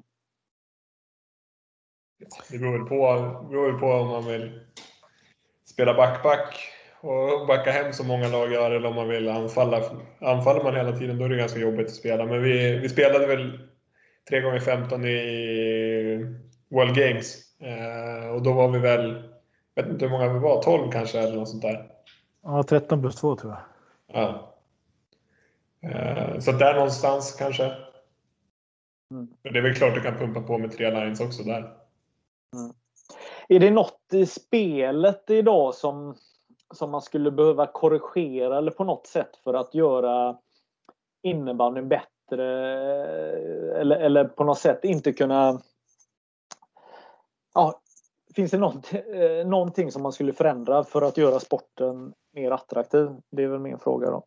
Det beror väl på, beror väl på om man vill spela back-back och backa hem som många lag gör, eller om man vill anfalla. Anfaller man hela tiden, då är det ganska jobbigt att spela. Men vi, vi spelade väl tre gånger femton i World Games. Eh, och då var vi väl, vet inte hur många vi var, tolv kanske eller något sånt där. Ja, tretton plus två tror jag. Ja. Eh, så där någonstans kanske. Mm. Det är väl klart du kan pumpa på med tre lines också där. Mm. Är det något i spelet idag som, som man skulle behöva korrigera eller på något sätt för att göra innebandyn bättre, eller, eller på något sätt inte kunna... Ja, finns det något, någonting som man skulle förändra för att göra sporten mer attraktiv? Det är väl min fråga då.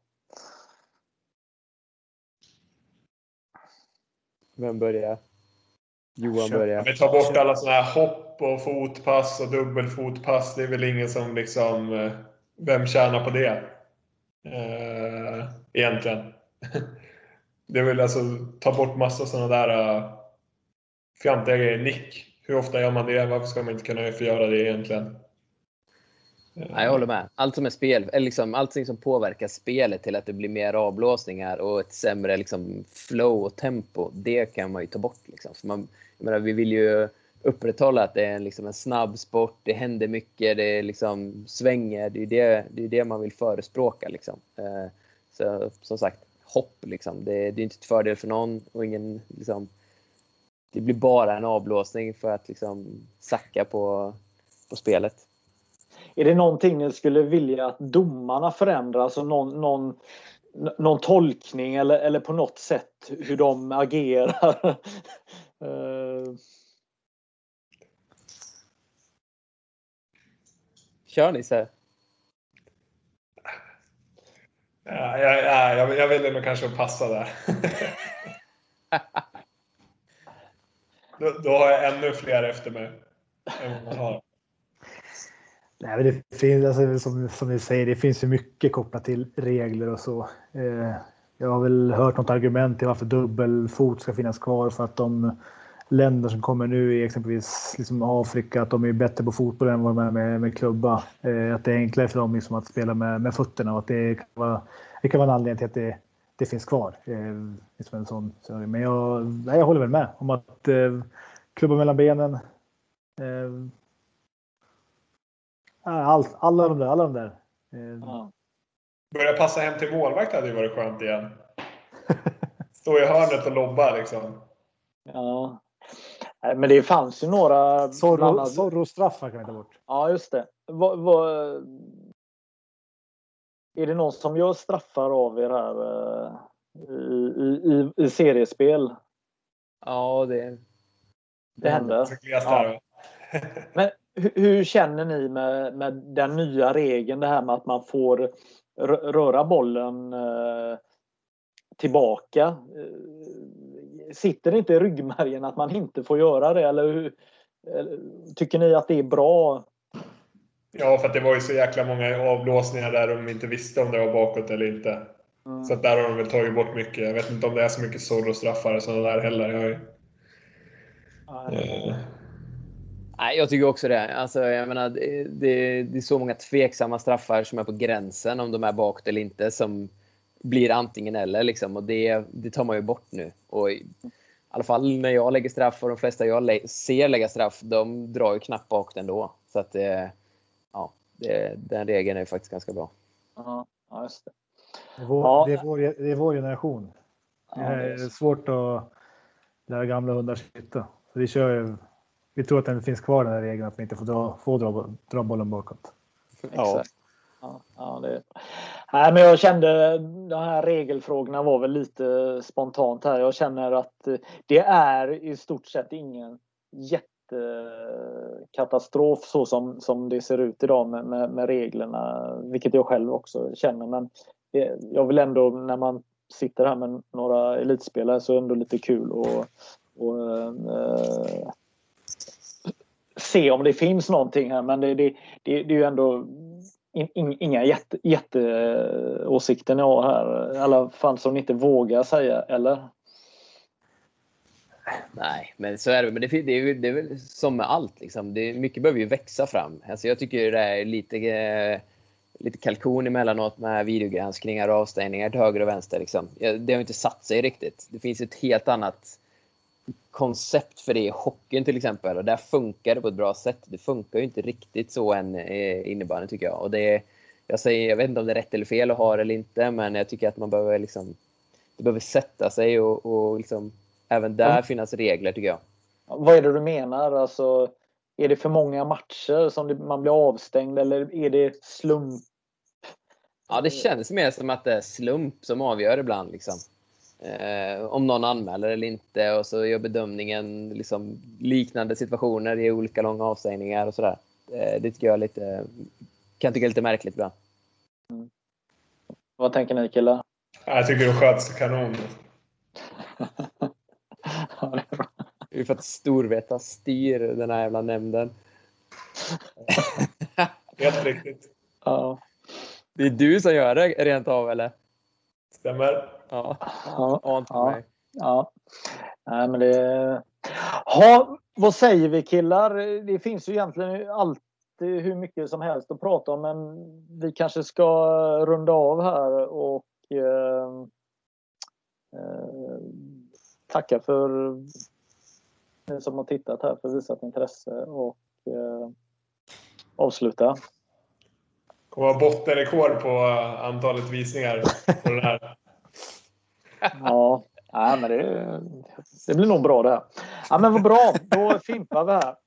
Vem börjar? Johan börjar. Vi tar bort alla såna här hopp och fotpass och dubbelfotpass. Det är väl ingen som liksom... Vem tjänar på det? Uh, egentligen. Det vill alltså ta bort massa sådana där uh, fjantiga grejer. Nick. Hur ofta gör man det? Varför ska man inte kunna få göra det egentligen? Uh, jag håller med. Allt som är spel, eller liksom allting som påverkar spelet till att det blir mer avblåsningar och ett sämre liksom flow och tempo, det kan man ju ta bort liksom. För man, jag menar, vi vill ju upprätthålla att det är liksom en snabb sport, det händer mycket, det är liksom svänger, det är det, det är det man vill förespråka liksom. Uh, så som sagt, hopp liksom, det, det är inte ett fördel för någon och ingen liksom, det blir bara en avblåsning för att liksom sacka på, på spelet. Är det någonting ni skulle vilja att domarna förändrar, alltså någon, någon, någon tolkning eller, eller på något sätt hur de agerar? uh... Kör ni så? Ja, ja, ja, jag, jag ville nog kanske passa där. då, då har jag ännu fler efter mig än vad man har. Nej, men det finns, alltså, som, som ni säger, det finns ju mycket kopplat till regler och så. Eh, jag har väl hört något argument till varför dubbelfot ska finnas kvar, för att de länder som kommer nu i exempelvis liksom Afrika, att de är bättre på fotboll än vad de är med, med klubba. Eh, att det är enklare för dem liksom att spela med, med fötterna, och att det kan vara, det kan vara en anledning till att det, det finns kvar. Eh, liksom en sån, så, men jag, nej, jag håller väl med om att eh, klubba mellan benen, eh, allt, alla de där, alla de där. Eh. Ja. Börja passa hem till målvakt hade ju varit skönt igen. Stå i hörnet och lobba liksom. Ja. Men det fanns ju några... Zorro, Zorro straffar kan vi ta bort. Ja, just det. Vad, vad... Är det någon som gör straffar av er här i, i, i, i seriespel? Ja, det, det händer. Ja. Men hur, hur känner ni med, med den nya regeln, det här med att man får röra bollen eh, tillbaka? Sitter det inte i ryggmärgen att man inte får göra det? Eller, hur, eller tycker ni att det är bra? Ja, för att det var ju så jäkla många avblåsningar där de inte visste om det var bakåt eller inte. Mm. Så att där har de väl tagit bort mycket. Jag vet inte om det är så mycket Zorro-straffar och sådana där heller. Jag är... Nej. Nej, jag tycker också det. Alltså, jag menar, det, det, det är så många tveksamma straffar som är på gränsen om de är bakåt eller inte, som blir antingen eller liksom, och det, det tar man ju bort nu. Och i alla fall när jag lägger straff, och de flesta jag lä- ser lägga straff, de drar ju knappt bakåt ändå. Så att ja, det, den regeln är ju faktiskt ganska bra. just det. Det är vår, Ja. det är vår, det är vår generation. Det Ja, det är är svårt att lära gamla hundar sitta. Så vi, kör, vi tror att den finns kvar, den här regeln att man inte får dra, får dra, dra bollen bakåt. Exakt. Ja, ja, det... Nej, men jag kände de här regelfrågorna var väl lite spontant här. Jag känner att det är i stort sett ingen jättekatastrof så som, som det ser ut idag med, med, med reglerna, vilket jag själv också känner. Men det, jag vill ändå, när man sitter här med några elitspelare, så är det ändå lite kul och, och äh, se om det finns någonting här. Men det, det, det, det är ju ändå inga jätte, jätteåsikter ni har här. I alla fall som ni inte vågar säga, eller? Nej, men så är det. Men det, det, är, det är väl som med allt. Liksom. Det, mycket behöver ju växa fram. Alltså jag tycker det är lite, eh, lite kalkon emellanåt med videogranskningar och avstängningar till höger och vänster. Liksom. Det har inte satt sig riktigt. Det finns ett helt annat koncept för det i hockeyn till exempel. Och där funkar det på ett bra sätt. Det funkar ju inte riktigt så än eh, innebandy tycker jag. Och det är, jag, säger, jag vet inte om det är rätt eller fel att ha det eller inte. Men jag tycker att man behöver, liksom, det behöver sätta sig och, och liksom, även där mm. finnas regler tycker jag. Vad är det du menar? Alltså, är det för många matcher som det, man blir avstängd eller är det slump? Ja, det känns mer som att det är slump som avgör ibland. Liksom. Eh, om någon anmäler eller inte och så gör bedömningen liksom, liknande situationer i olika långa avstängningar och sådär. Eh, det tycker jag är lite, kan tycka är lite märkligt ibland. Mm. Vad tänker ni killar? Jag tycker det sköts kanon. Ja, det är bra. Det är för att Storvreta styr den här jävla nämnden. Helt riktigt. Ja. Det är du som gör det rent av, eller? Stämmer. Ja, ja, ja, ja, ja. Nej, men det... Ha, vad säger vi killar? Det finns ju egentligen alltid hur mycket som helst att prata om, men vi kanske ska runda av här och eh, eh, tacka för ni som har tittat här, för visat intresse och eh, avsluta. Kommer vara bottenrekord på antalet visningar på den här. Ja, nej, men det, det blir nog bra det här. Ja, men vad bra, då fimpar vi här.